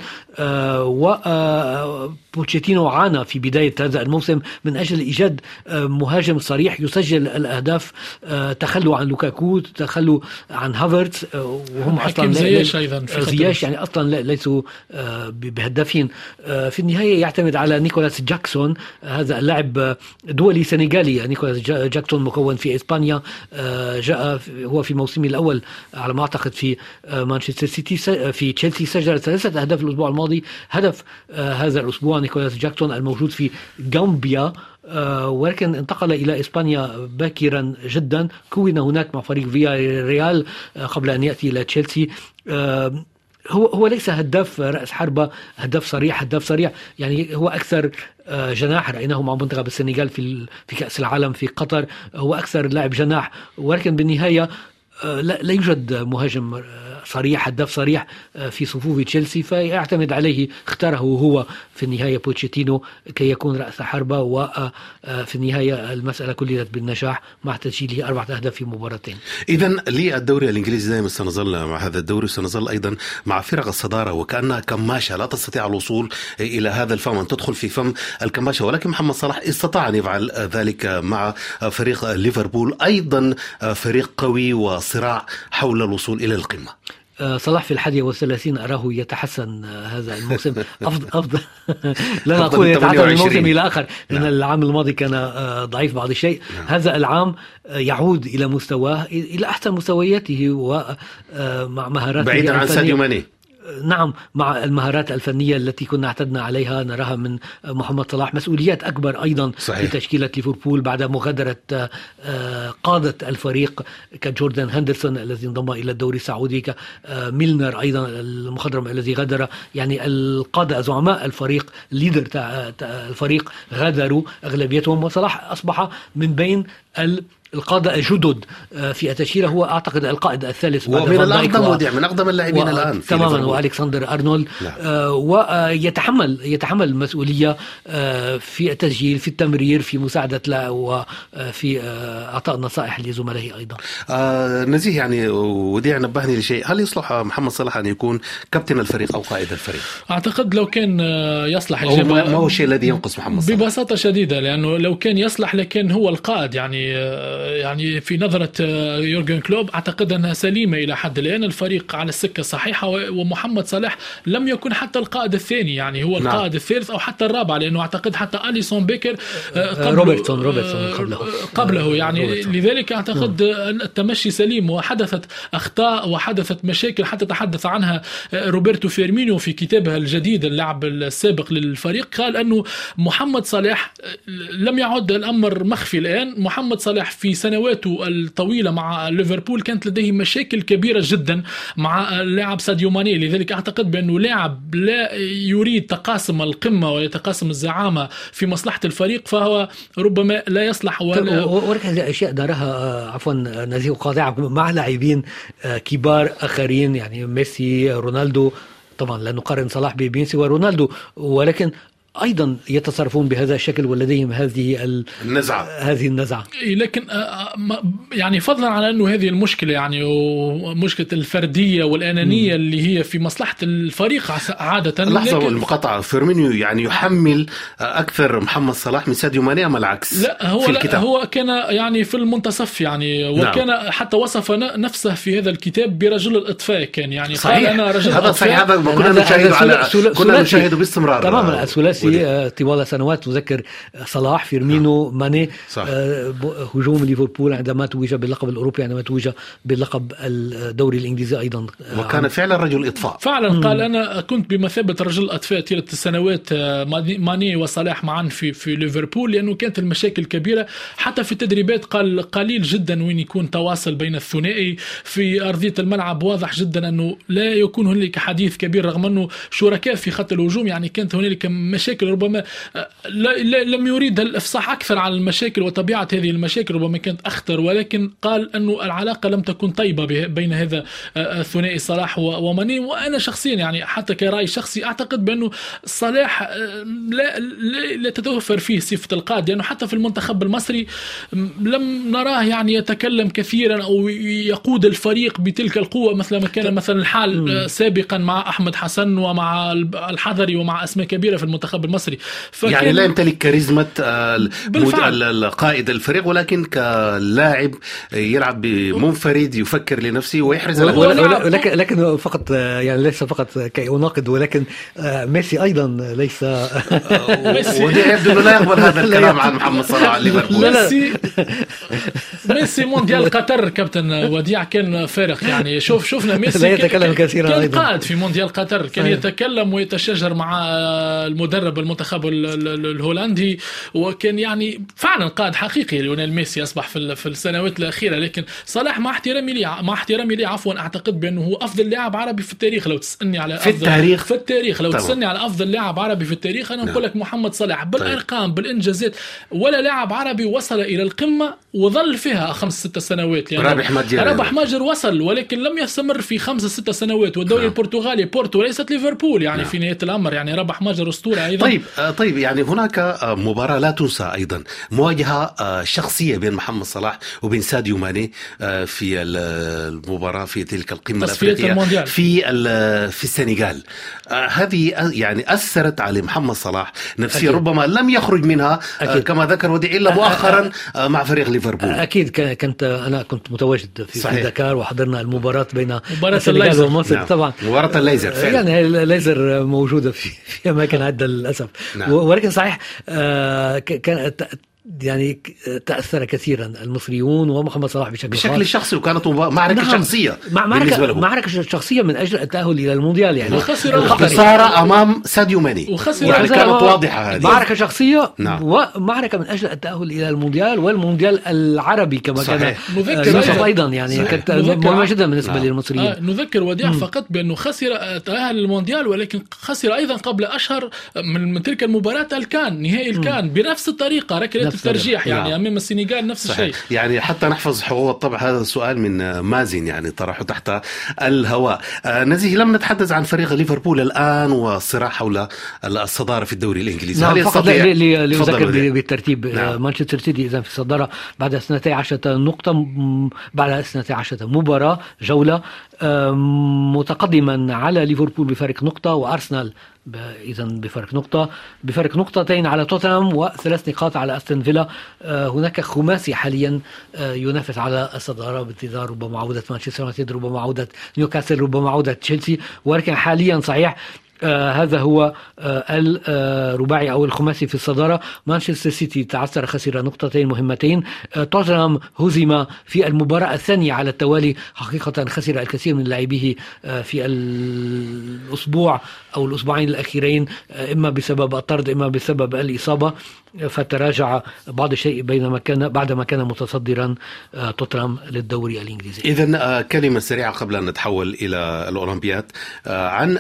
وبوتشيتينو عانى في بداية هذا الموسم من أجل إيجاد مهاجم صريح يسجل الأهداف. تخلوا عن لوكاكو، تخلوا عن هافرتز، وهم أصلا زياش يعني أصلا ليسوا بهدافين. في النهاية يعتمد على نيكولاس جاكسون، هذا اللاعب دولي سنغالي. نيكولاس جاكسون مكون في إسبانيا، جاء هو في موسمه الأول على ما أعتقد في مانشستر سيتي. في تشيلسي سجل 3 أهداف الأسبوع الماضي. هدف هذا الأسبوع نيكولاس جاكسون الموجود في غامبيا، ولكن انتقل إلى إسبانيا باكرا جدا، كون هناك مع فريق فيا ريال قبل أن يأتي إلى تشيلسي. هو ليس هداف رأس حربة، هداف صريح يعني هو أكثر جناح رأيناه مع منتخب السنغال في كأس العالم في قطر، هو أكثر لاعب جناح، ولكن بالنهاية لا يوجد مهاجم صريح، هداف صريح في صفوف تشيلسي، فيعتمد عليه. اختاره هو في النهاية بوتشيتينو كي يكون رأس حربة، وفي النهاية المسألة كللت بالنجاح مع تسجيله 4 أهداف في مباراتين. إذن للدوري الإنجليزي دائما سنظل مع هذا الدوري، وسنظل أيضا مع فرق الصدارة وكأنها كماشة لا تستطيع الوصول إلى هذا الفم، أن تدخل في فم الكماشة. ولكن محمد صلاح استطاع أن يفعل ذلك مع فريق ليفربول، أيضا فريق قوي وصراع حول الوصول إلى القمة. صلاح في 31 أراه يتحسن هذا الموسم أفضل لا نقول يتحسن من موسم إلى آخر، لأن العام الماضي كان ضعيف بعض الشيء. هذا العام يعود إلى مستواه، إلى أحسن مستوياته، ومع مهاراته بعيدا عن ساديو ماني. نعم، مع المهارات الفنية التي كنا اعتدنا عليها نراها من محمد صلاح. مسؤوليات أكبر أيضا صحيح. في تشكيلة ليفربول بعد مغادرة قادة الفريق كجوردان هندرسون الذي انضم إلى الدوري السعودي، كميلنر أيضا المخضرم الذي غادر. يعني القادة زعماء الفريق، ليدر الفريق غادروا أغلبيتهم، وصلاح أصبح من بين القادة الجدد في التشكيلة. هو أعتقد القائد الثالث ومن الأقدم من أقدم اللاعبين الآن تماما، وألكسندر أرنولد. ويتحمل المسؤولية في التسجيل، في التمرير، في مساعدة وفي أعطاء نصائح لزملائه أيضا. نزيه، يعني وديع نبهني لشيء، هل يصلح محمد صلاح أن يكون كابتن الفريق أو قائد الفريق؟ أعتقد لو كان يصلح الجميع، ما هو الشيء الذي ينقص محمد صلاح ببساطة شديدة، لأنه لو كان يصلح لكن هو القائد. يعني في نظرة يورغن كلوب أعتقد أنها سليمة إلى حد الآن، الفريق على السكة الصحيحة، ومحمد صلاح لم يكن حتى القائد الثاني، يعني هو القائد الثالث أو حتى الرابع، لأنه أعتقد حتى أليسون بيكر روبرتسون قبله يعني روبرتسون. لذلك أعتقد التمشي سليم، وحدثت أخطاء وحدثت مشاكل حتى تحدث عنها روبرتو فيرمينيو في كتابه الجديد اللاعب السابق للفريق. قال أنه محمد صلاح لم يعد الأمر مخفي الآن. محمد صلاح في سنواته الطويلة مع ليفربول كانت لديه مشاكل كبيرة جدا مع اللاعب ساديو ماني، لذلك أعتقد بأنه لاعب لا يريد تقاسم القمة ويتقاسم الزعامة في مصلحة الفريق، فهو ربما لا يصلح. ولكن أشياء دارها عفوا نزيه قاطعة مع لاعبين كبار آخرين، يعني ميسي، رونالدو. طبعا لا نقارن صلاح بميسي ورونالدو، ولكن أيضا يتصرفون بهذا الشكل ولديهم هذه النزعة. لكن يعني فضلا عن أنه هذه المشكلة، يعني ومشكلة الفردية والأنانية اللي هي في مصلحة الفريق عادة. لحظة المقاطعة، فيرمينيو يعني يحمل أكثر محمد صلاح من ساديو ماني أم العكس؟ لا، هو كان يعني في المنتصف، يعني وكان نعم. حتى وصف نفسه في هذا الكتاب برجل الإطفاء، كان يعني صحيح. قال أنا رجل هذا صحيح، هذا كنا نشاهده باستمرار تماما. الثلاثي تشيلسي طوال سنوات. تذكر صلاح، فيرمينو، ماني، هجوم ليفربول عندما توج باللقب الأوروبي، عندما توج باللقب الدوري الإنجليزي أيضا. وكان فعلا رجل إطفاء فعلا. قال أنا كنت بمثابة رجل أطفاء طيلة السنوات ماني وصلاح معا في ليفربول، لأنه كانت المشاكل كبيرة حتى في التدريبات. قال قليل جدا وين يكون تواصل بين الثنائي في أرضية الملعب. واضح جدا أنه لا يكون هنالك حديث كبير رغم أنه شركاء في خط الهجوم. يعني كانت هنالك مشاكل، ربما لم يريد الإفصاح أكثر عن المشاكل وطبيعة هذه المشاكل، ربما كانت أخطر، ولكن قال أنه العلاقة لم تكن طيبة بين هذا الثنائي صلاح وماني. وأنا شخصيا يعني حتى كرأي شخصي أعتقد بأنه صلاح لا تتوفر فيه صفة القائد، لأنه حتى في المنتخب المصري لم نراه يعني يتكلم كثيرا أو يقود الفريق بتلك القوة مثل ما كان مثلا الحال سابقا مع أحمد حسن ومع الحضري ومع أسماء كبيرة في المنتخب المصري. يعني لا يمتلك كاريزما قائد الفريق، ولكن كلاعب يلعب بمنفرد، يفكر لنفسه ويحرز لكن فقط يعني ليس فقط كي أناقض، ولكن ميسي أيضا ليس ودي يبدو لا يقبل هذا الكلام عن محمد صلاح ليفربول. ميسي مونديال قطر كابتن وديع كان فارق. يعني شوفنا ميسي لا يتكلم كثيرا، كان قائد في مونديال قطر، كان يتكلم ويتشاجر مع المدرب المنتخب الهولندي، وكان يعني فعلا قائد حقيقي. ليونيل ميسي أصبح في السنوات الأخيرة. لكن صلاح مع احترامي لي عفوا أعتقد بأنه هو أفضل لاعب عربي في التاريخ. لو تسألني على في التاريخ لو تسألني على أفضل لاعب عربي في التاريخ أنا أقول لك محمد صلاح بالأرقام بالإنجازات. ولا لاعب عربي وصل إلى القمة وظل فيها 5-6 سنوات. يعني رابح ماجر وصل ولكن لم يستمر في 5-6 سنوات. والدوري البرتغالي بورتو وليست ليفربول يعني في نهاية الأمر. يعني رابح ماجر أسطورة أيضا. طيب يعني هناك مباراة لا تنسى أيضا، مواجهة شخصية بين محمد صلاح وبين ساديو ماني في المباراة في تلك القمة الأفريقية في السنغال. هذه يعني أثرت على محمد صلاح نفسيا، ربما لم يخرج منها كما ذكر ودي إلا مؤخرا مع فريق ليفربول. أكيد أنا كنت متواجد في دكار وحضرنا المباراة بين السنغال ومصر. طبعا مباراة الليزر فعلا. يعني الليزر موجودة في أماكن عدة للأسف. ولكن صحيح كان يعني تأثر كثيرا المصريون ومحمد صلاح بشكل شخصي، وكانت معركة شخصية معركة شخصية من أجل التأهل إلى المونديال. يعني خسارة أمام ساديو ماني، يعني كانت واضحة هذه معركة شخصية. ومعركة من أجل التأهل إلى المونديال والمونديال العربي كما كان نصف أيضا. يعني كانت مهمة جدا بالنسبة للمصريين. نذكر وديع فقط بأنه خسر تأهل المونديال، ولكن خسر أيضا قبل أشهر من تلك المباراة نهائي الكان بنفس الطريقة، ركلة الترجيح يعني أمام السنغال نفس الشيء. يعني حتى نحفظ حقوق الطبع. هذا السؤال من مازن يعني طرحه تحت الهواء. نزيه، لم نتحدث عن فريق ليفربول الآن والصراع حول الصدارة في الدوري الإنجليزي. هل يستطيع لأذكر بالترتيب؟ مانشستر سيتي إذا في الصدارة بعد 12 نقطة، بعد 12 مباراة جولة، متقدما على ليفربول بفارق نقطة، وأرسنال إذن بفرق نقطتين على توتنهام و3 نقاط على أستون فيلا. هناك خماسي حاليا ينافس على الصدارة بانتظار ربما عودة مانشستر يونايتد، ربما عودة نيوكاسل، ربما عودة تشيلسي. ولكن حاليا صحيح هذا هو الرباعي أو الخماسي في الصدارة. مانشستر سيتي تعثر، خسر نقطتين مهمتين. توتنهام هزم في المباراة الثانية على التوالي، حقيقة خسر الكثير من لاعبيه في الأسبوع أو الأسبوعين الأخيرين، إما بسبب الطرد إما بسبب الإصابة، فتراجع بعض الشيء بعدما كان متصدرا توتنهام للدوري الإنجليزي. إذن كلمة سريعة قبل أن نتحول إلى الأولمبياد عن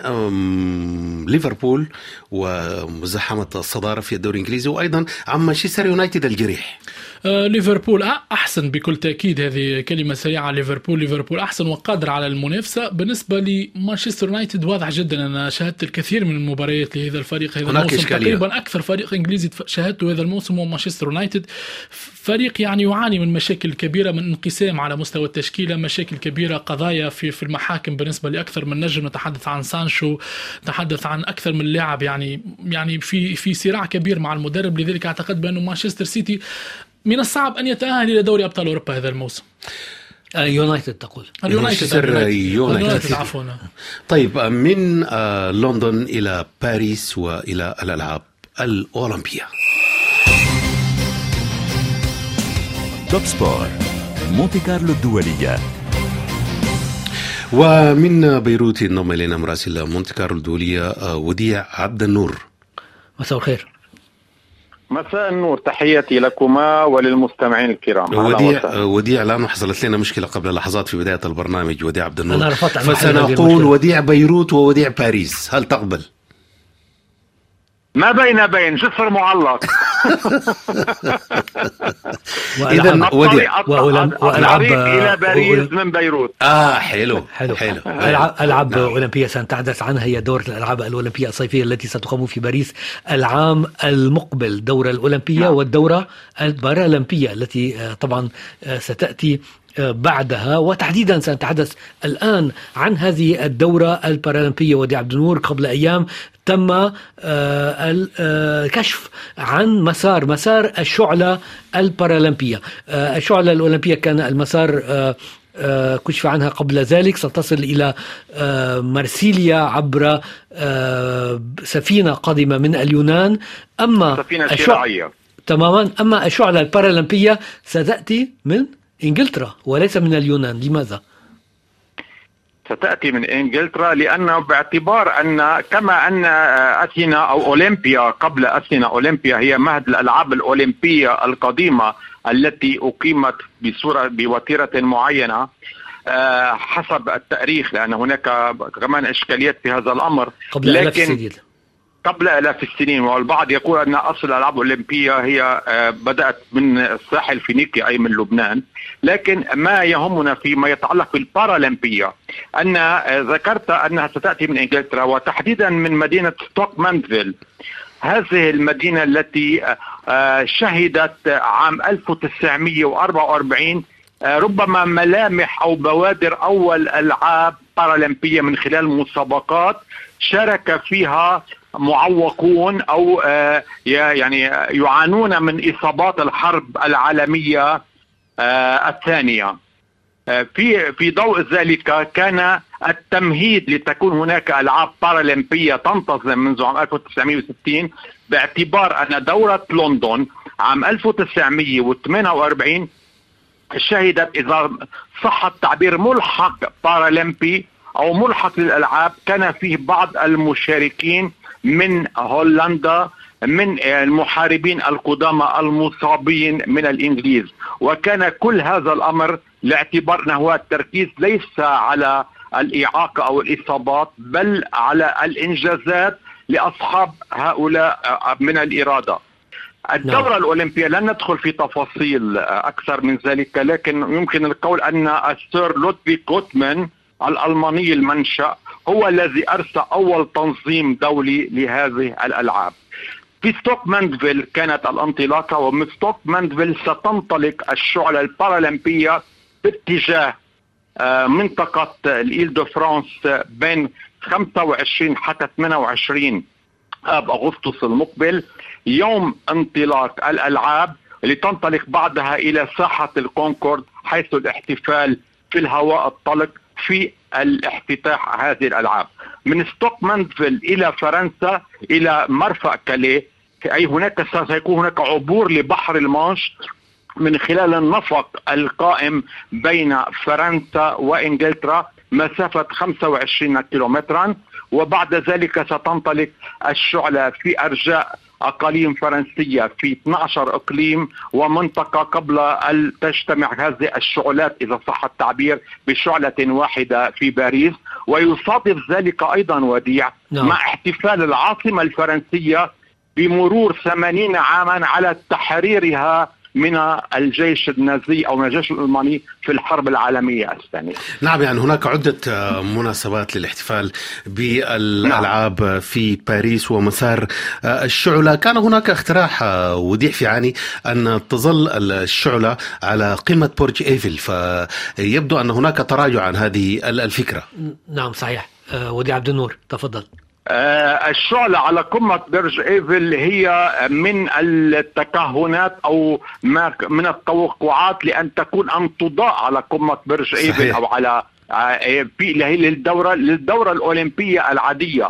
ليفربول ومزاحمة الصدارة في الدوري الإنجليزي، وأيضا عن مانشستر يونايتد الجريح. ليفربول أحسن بكل تأكيد. هذه كلمة سريعة. ليفربول أحسن وقادر على المنافسة. بالنسبة لمانشستر يونايتد واضح جدا، أنا شاهدت الكثير من المباريات لهذا الفريق هذا الموسم. تقريبا أكثر فريق إنجليزي شاهدته هذا الموسم هو مانشستر يونايتد. فريق يعني يعاني من مشاكل كبيرة، من انقسام على مستوى التشكيلة، مشاكل كبيرة، قضايا في المحاكم بالنسبة لأكثر من نجم. نتحدث عن سانشو، نتحدث عن أكثر من لاعب، يعني في صراع كبير مع المدرب. لذلك أعتقد بأنه مانشستر سيتي من الصعب أن يتأهل إلى دوري أبطال أوروبا هذا الموسم. يونايتد تقول يونايتد عفوا. طيب، من لندن إلى باريس وإلى الألعاب الأولمبية. توب سبور مونتي كارلو الدولية. ومن بيروت انضم الينا مراسل مونتي كارلو الدولية وديع عبد النور. مساء الخير. مساء النور، تحياتي لكما وللمستمعين الكرام. وديع الآن حصلت لنا مشكلة قبل لحظات في بداية البرنامج. وديع عبد النور، فسنقول وديع بيروت ووديع باريس، هل تقبل؟ ما بين جسر معلق. إذا وديع والعب إلى باريس من بيروت. حلو. ألعاب أولمبية سنتحدث عنها، هي دورة الألعاب الأولمبية الصيفية التي ستقام في باريس العام المقبل، الدورة الأولمبية والدورة البارالمبية التي طبعا ستأتي بعدها، وتحديدا سنتحدث الآن عن هذه الدورة البارالمبية. ودي عبد النور، قبل أيام تم الكشف عن مسار الشعلة البارالمبية. الشعلة الأولمبية كان المسار كشف عنها قبل ذلك، ستصل إلى مرسيليا عبر سفينة قادمة من اليونان. أما سفينة شراعية تماما. أما الشعلة البارالمبية ستأتي من إنجلترا وليس من اليونان. لماذا؟ ستأتي من إنجلترا لأنه باعتبار أن كما أن أثينا أو أولمبيا قبل أثينا أولمبيا هي مهد الألعاب الأولمبية القديمة التي أقيمت بوتيرة معينة حسب التاريخ، لأن هناك كمان إشكاليات في هذا الأمر قبل آلاف السنين. والبعض يقول أن أصل الألعاب الأولمبية هي بدأت من الساحل فينيقيا أي من لبنان. لكن ما يهمنا فيما يتعلق بالبارالمبية أن ذكرت أنها ستأتي من إنجلترا، وتحديدا من مدينة ستوك ماندفيل. هذه المدينة التي شهدت عام 1944 ربما ملامح أو بوادر أول ألعاب بارالمبية من خلال مسابقات شارك فيها معوقون أو يعني يعانون من إصابات الحرب العالمية الثانية. في ضوء ذلك كان التمهيد لتكون هناك ألعاب بارالمبية تنتظم منذ عام 1960، باعتبار أن دورة لندن عام 1948 شهدت، إذا صح التعبير، ملحق بارالمبي أو ملحق للألعاب كان فيه بعض المشاركين من هولندا، من المحاربين القدامى المصابين من الإنجليز. وكان كل هذا الأمر لاعتبار أنه التركيز ليس على الإعاقة أو الإصابات بل على الإنجازات لأصحاب هؤلاء من الإرادة. الدورة الأولمبية لن ندخل في تفاصيل أكثر من ذلك، لكن يمكن القول أن السير لودفيغ غوتمان الألماني المنشأ هو الذي أرسى أول تنظيم دولي لهذه الألعاب. في ستوك ماندفيل كانت الانطلاقة، ومن ستوك ماندفيل ستنطلق الشعلة البارالمبية باتجاه منطقة الإيل دو فرانس بين 25 حتى 28 آب أغسطس المقبل، يوم انطلاق الألعاب، لتنطلق بعدها إلى ساحة الكونكورد حيث الاحتفال في الهواء الطلق في الافتتاح هذه الألعاب. من ستوك ماندفيل إلى فرنسا إلى مرفأ كاليه، أي هناك سيكون هناك عبور لبحر المانش من خلال النفق القائم بين فرنسا وإنجلترا مسافة 25 كيلومترا. وبعد ذلك ستنطلق الشعلة في أرجاء أقاليم فرنسية في 12 إقليم ومنطقة قبل أن تجتمع هذه الشعلات إذا صح التعبير بشعلة واحدة في باريس. ويصادف ذلك أيضا وديع مع احتفال العاصمة الفرنسية بمرور 80 عاما على تحريرها من الجيش النازي أو من الجيش الألماني في الحرب العالمية الثانية. نعم، يعني هناك عدة مناسبات للاحتفال بالألعاب في باريس ومسار الشعلة. كان هناك اقتراح وديع في عاني أن تظل الشعلة على قمة برج إيفل، فيبدو أن هناك تراجع عن هذه الفكرة. نعم صحيح. وديع عبد النور تفضل. الشعلة على قمة برج إيفل هي من التكهنات أو من التوقعات لأن تضاء على قمة برج إيفل أو على للدورة الأولمبية العادية.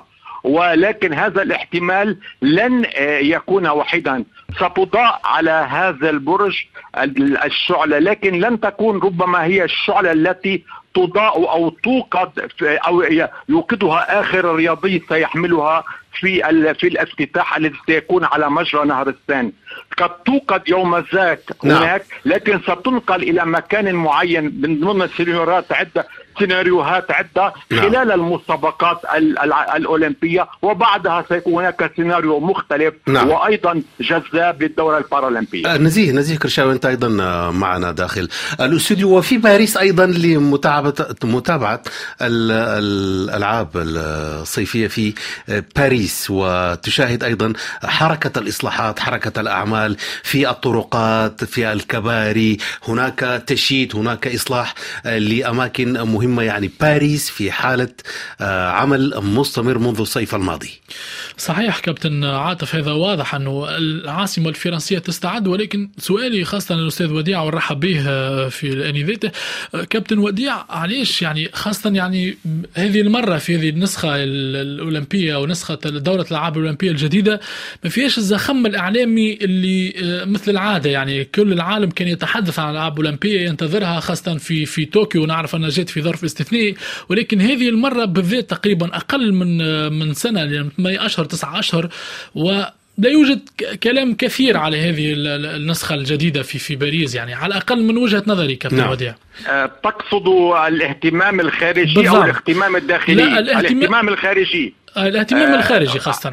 ولكن هذا الاحتمال لن يكون وحيدا. ستضاء على هذا البرج الشعلة، لكن لن تكون ربما هي الشعلة التي تضاء أو توقد أو يوقدها آخر الرياضي سيحملها في الافتتاح الذي سيكون على مجرى نهر السين. قد توقد يوم ذاك هناك، لكن ستنقل إلى مكان معين من ضمن سيناريوهات عدة خلال المسابقات الأولمبية، وبعدها سيكون هناك سيناريو مختلف وأيضا جذاب للدورة البارالمبية. نزيه كرشاوي، أنت أيضا معنا داخل الاستوديو وفي باريس أيضا لمتابعة الألعاب الصيفية في باريس، وتشاهد أيضا حركة الإصلاحات، حركة الأعمال في الطرقات، في الكباري، هناك تشييد، هناك إصلاح لأماكن مهمة. يعني باريس في حالة عمل مستمر منذ الصيف الماضي. صحيح كابتن عاطف، هذا واضح أنه العاصمة الفرنسية تستعد، ولكن سؤالي خاصة الأستاذ وديع ونرحب به في الأنيذيته. كابتن وديع، علاش يعني خاصة يعني هذه المرة في هذه النسخة الأولمبية ونسخة دورة الألعاب الأولمبية الجديدة ما فيهاش الزخم الإعلامي اللي مثل العادة؟ يعني كل العالم كان يتحدث عن الألعاب الأولمبية، ينتظرها خاصة في طوكيو، نعرف أنها جت في ظرف استثنائي، ولكن هذه المرة بالذات تقريبا أقل من سنة، يعني 8 أشهر 9 أشهر، ولا يوجد كلام كثير على هذه النسخة الجديدة في باريس، يعني على الأقل من وجهة نظري كابتن وديع. تقصد الاهتمام الخارجي بالضبط، أو الاهتمام الداخلي؟ لا، الاهتمام الخارجي. الاهتمام الخارجي خاصة.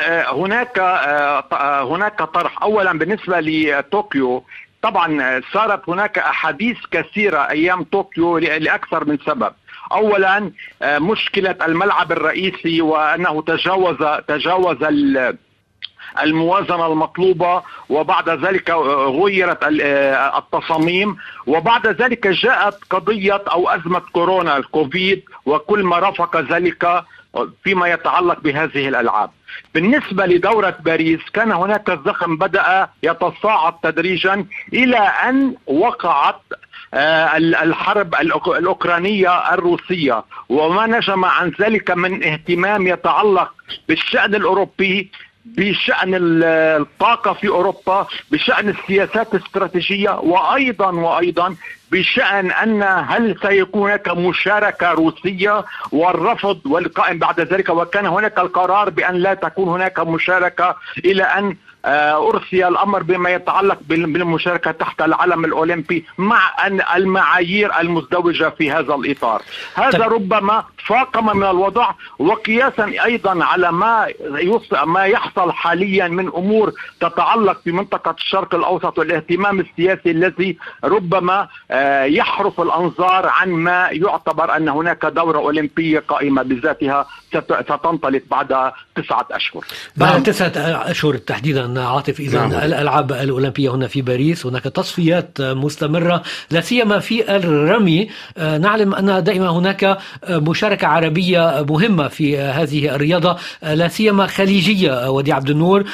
هناك طرح. أولا بالنسبة لطوكيو، طبعا صارت هناك أحاديث كثيرة أيام طوكيو لأكثر من سبب. أولا مشكلة الملعب الرئيسي، وأنه تجاوز الموازنة المطلوبة، وبعد ذلك غيرت التصاميم، وبعد ذلك جاءت قضية أو أزمة كورونا الكوفيد وكل ما رافق ذلك فيما يتعلق بهذه الألعاب. بالنسبة لدورة باريس كان هناك الزخم بدأ يتصاعد تدريجا إلى أن وقعت الحرب الأوكرانية الروسية، وما نجم عن ذلك من اهتمام يتعلق بالشأن الأوروبي، بشأن الطاقة في أوروبا، بشأن السياسات الاستراتيجية، وأيضا بشأن أن هل سيكون هناك مشاركة روسية، والرفض والقائم بعد ذلك، وكان هناك القرار بأن لا تكون هناك مشاركة إلى أن أرسي الأمر بما يتعلق بالمشاركة تحت العلم الأولمبي مع أن المعايير المزدوجة في هذا الإطار. هذا ربما فاقم من الوضع، وقياسا أيضا على ما يحصل حاليا من أمور تتعلق بمنطقة الشرق الأوسط والاهتمام السياسي الذي ربما يحرف الأنظار عن ما يعتبر أن هناك دورة أولمبية قائمة بذاتها ستنطلق بعد 9 أشهر. بعد 9 أشهر تحديدا عاطف. إذن الألعاب الأولمبية هنا في باريس، هناك تصفيات مستمرة لا سيما في الرمي. نعلم أن دائما هناك مشاركة عربية مهمة في هذه الرياضة، لا سيما خليجية. وديع عبد النور،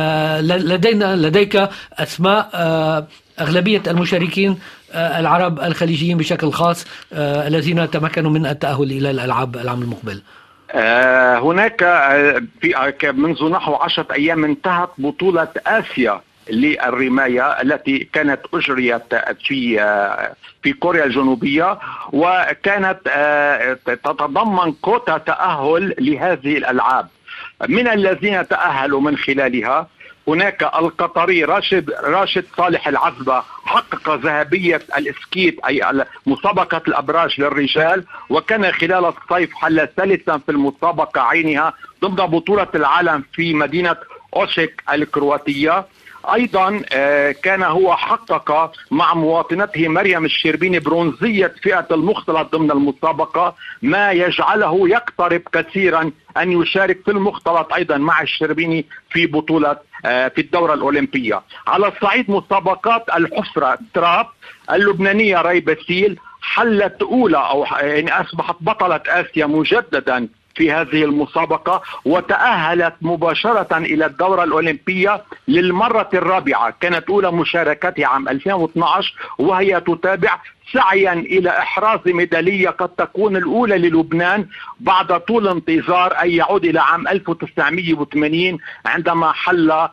لديك أسماء أغلبية المشاركين العرب الخليجيين بشكل خاص الذين تمكنوا من التأهل إلى الألعاب العام المقبل. هناك منذ نحو 10 أيام انتهت بطولة آسيا للرماية التي كانت أجريت في كوريا الجنوبية، وكانت تتضمن كوتا تأهل لهذه الألعاب. من الذين تأهلوا من خلالها هناك القطري راشد صالح العزبة، حقق ذهبية الاسكيت أي مسابقة الأبراج للرجال، وكان خلال الصيف حل ثالثا في المسابقة عينها ضمن بطولة العالم في مدينة أوشيك الكرواتية. أيضا كان هو حقق مع مواطنته مريم الشربيني برونزية فئة المختلط ضمن المسابقة، ما يجعله يقترب كثيرا أن يشارك في المختلط أيضا مع الشربيني في بطولة في الدورة الأولمبية. على الصعيد مسابقات الحفرة تراب، اللبنانية راي باسيل حلت أولى أو يعني أصبحت بطلة آسيا مجددا في هذه المسابقة، وتأهلت مباشرة إلى الدورة الأولمبية للمرة الرابعة. كانت أولى مشاركتها عام 2012 وهي تتابع سعيا إلى إحراز ميدالية قد تكون الأولى للبنان بعد طول انتظار، أي يعود إلى عام 1980 عندما حل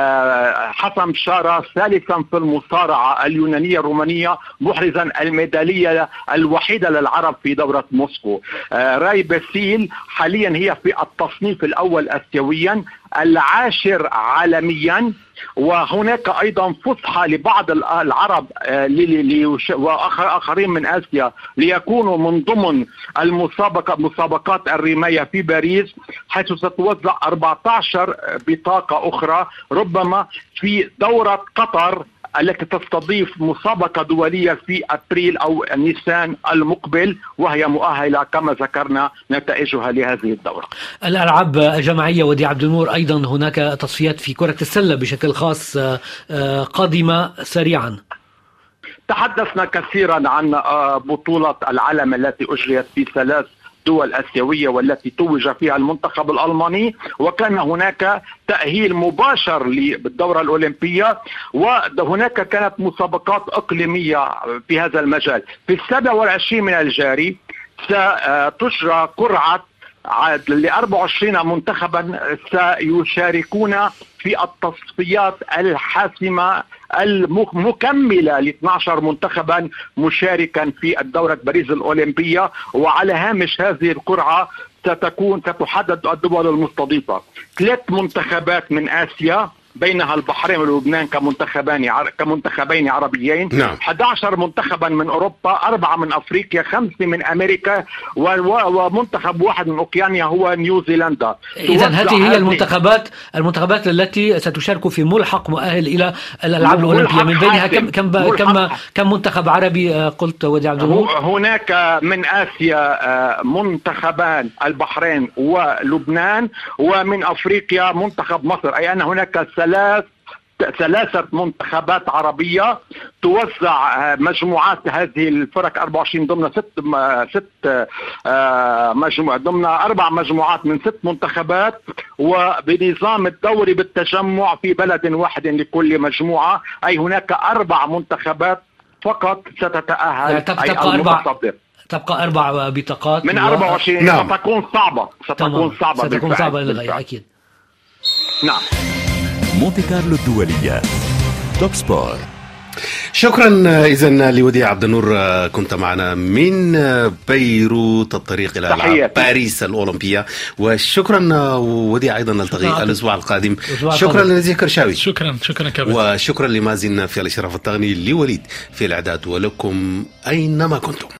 حسن شارة ثالثا في المصارعة اليونانية الرومانية محرزا الميدالية الوحيدة للعرب في دورة موسكو. راي باسيل حاليا هي في التصنيف الأول آسيويا، العاشر عالميا، وهناك أيضا فسحة لبعض العرب وآخرين من آسيا ليكونوا من ضمن مسابقات الرماية في باريس، حيث ستوزع 14 بطاقة أخرى ربما في دورة قطر التي تستضيف مسابقة دولية في أبريل أو نيسان المقبل، وهي مؤهلة كما ذكرنا نتائجها لهذه الدورة. الألعاب الجماعية ودي عبد النور، أيضا هناك تصفيات في كرة السلة بشكل خاص قادمة سريعا. تحدثنا كثيرا عن بطولة العالم التي أجريت في 3 دول آسيوية والتي توج فيها المنتخب الألماني، وكان هناك تأهيل مباشر بالدورة الأولمبية، وهناك كانت مسابقات إقليمية في هذا المجال. في 27 من الجاري ستجرى قرعة ل 24 منتخبا سيشاركون في التصفيات الحاسمة المكملة ل 12 منتخبا مشاركا في الدورة باريس الأولمبية. وعلى هامش هذه القرعة ستحدد الدول المستضيفة 3 منتخبات من آسيا، بينها البحرين ولبنان كمنتخبين عربيين، نعم. 11 منتخبا من أوروبا، 4 من أفريقيا، 5 من أمريكا، ومنتخب واحد من أوكيانيا هو نيوزيلندا. إذا هذه هي المنتخبات التي ستشارك في ملحق مؤهل إلى الألعاب الأولمبية. من بينها كم منتخب عربي قلت ودي عبد النور؟ هناك من آسيا منتخبان البحرين ولبنان، ومن أفريقيا منتخب مصر، أي أن هناك 3 منتخبات عربية توزع مجموعات هذه الفرق 24 ضمن 4 مجموعات من 6 منتخبات، وبنظام الدوري بالتجمع في بلد واحد لكل مجموعة، أي هناك 4 منتخبات فقط ستتأهل. يعني تبقى 4 بطاقات من 24. نعم. ستكون صعبة للغاية أكيد. نعم. مونتي كارلو الدولية توب سبور. شكرا إذن لوديع عبد النور، كنت معنا من بيروت الطريق إلى ألعاب باريس الأولمبية. وشكرا وديع، أيضا نلتقي الأسبوع القادم. شكرا لنزيه كرشاوي. شكرا كابتن. وشكرا لمازن في الإشراف التقني، لوليد في الإعداد، ولكم أينما كنتم.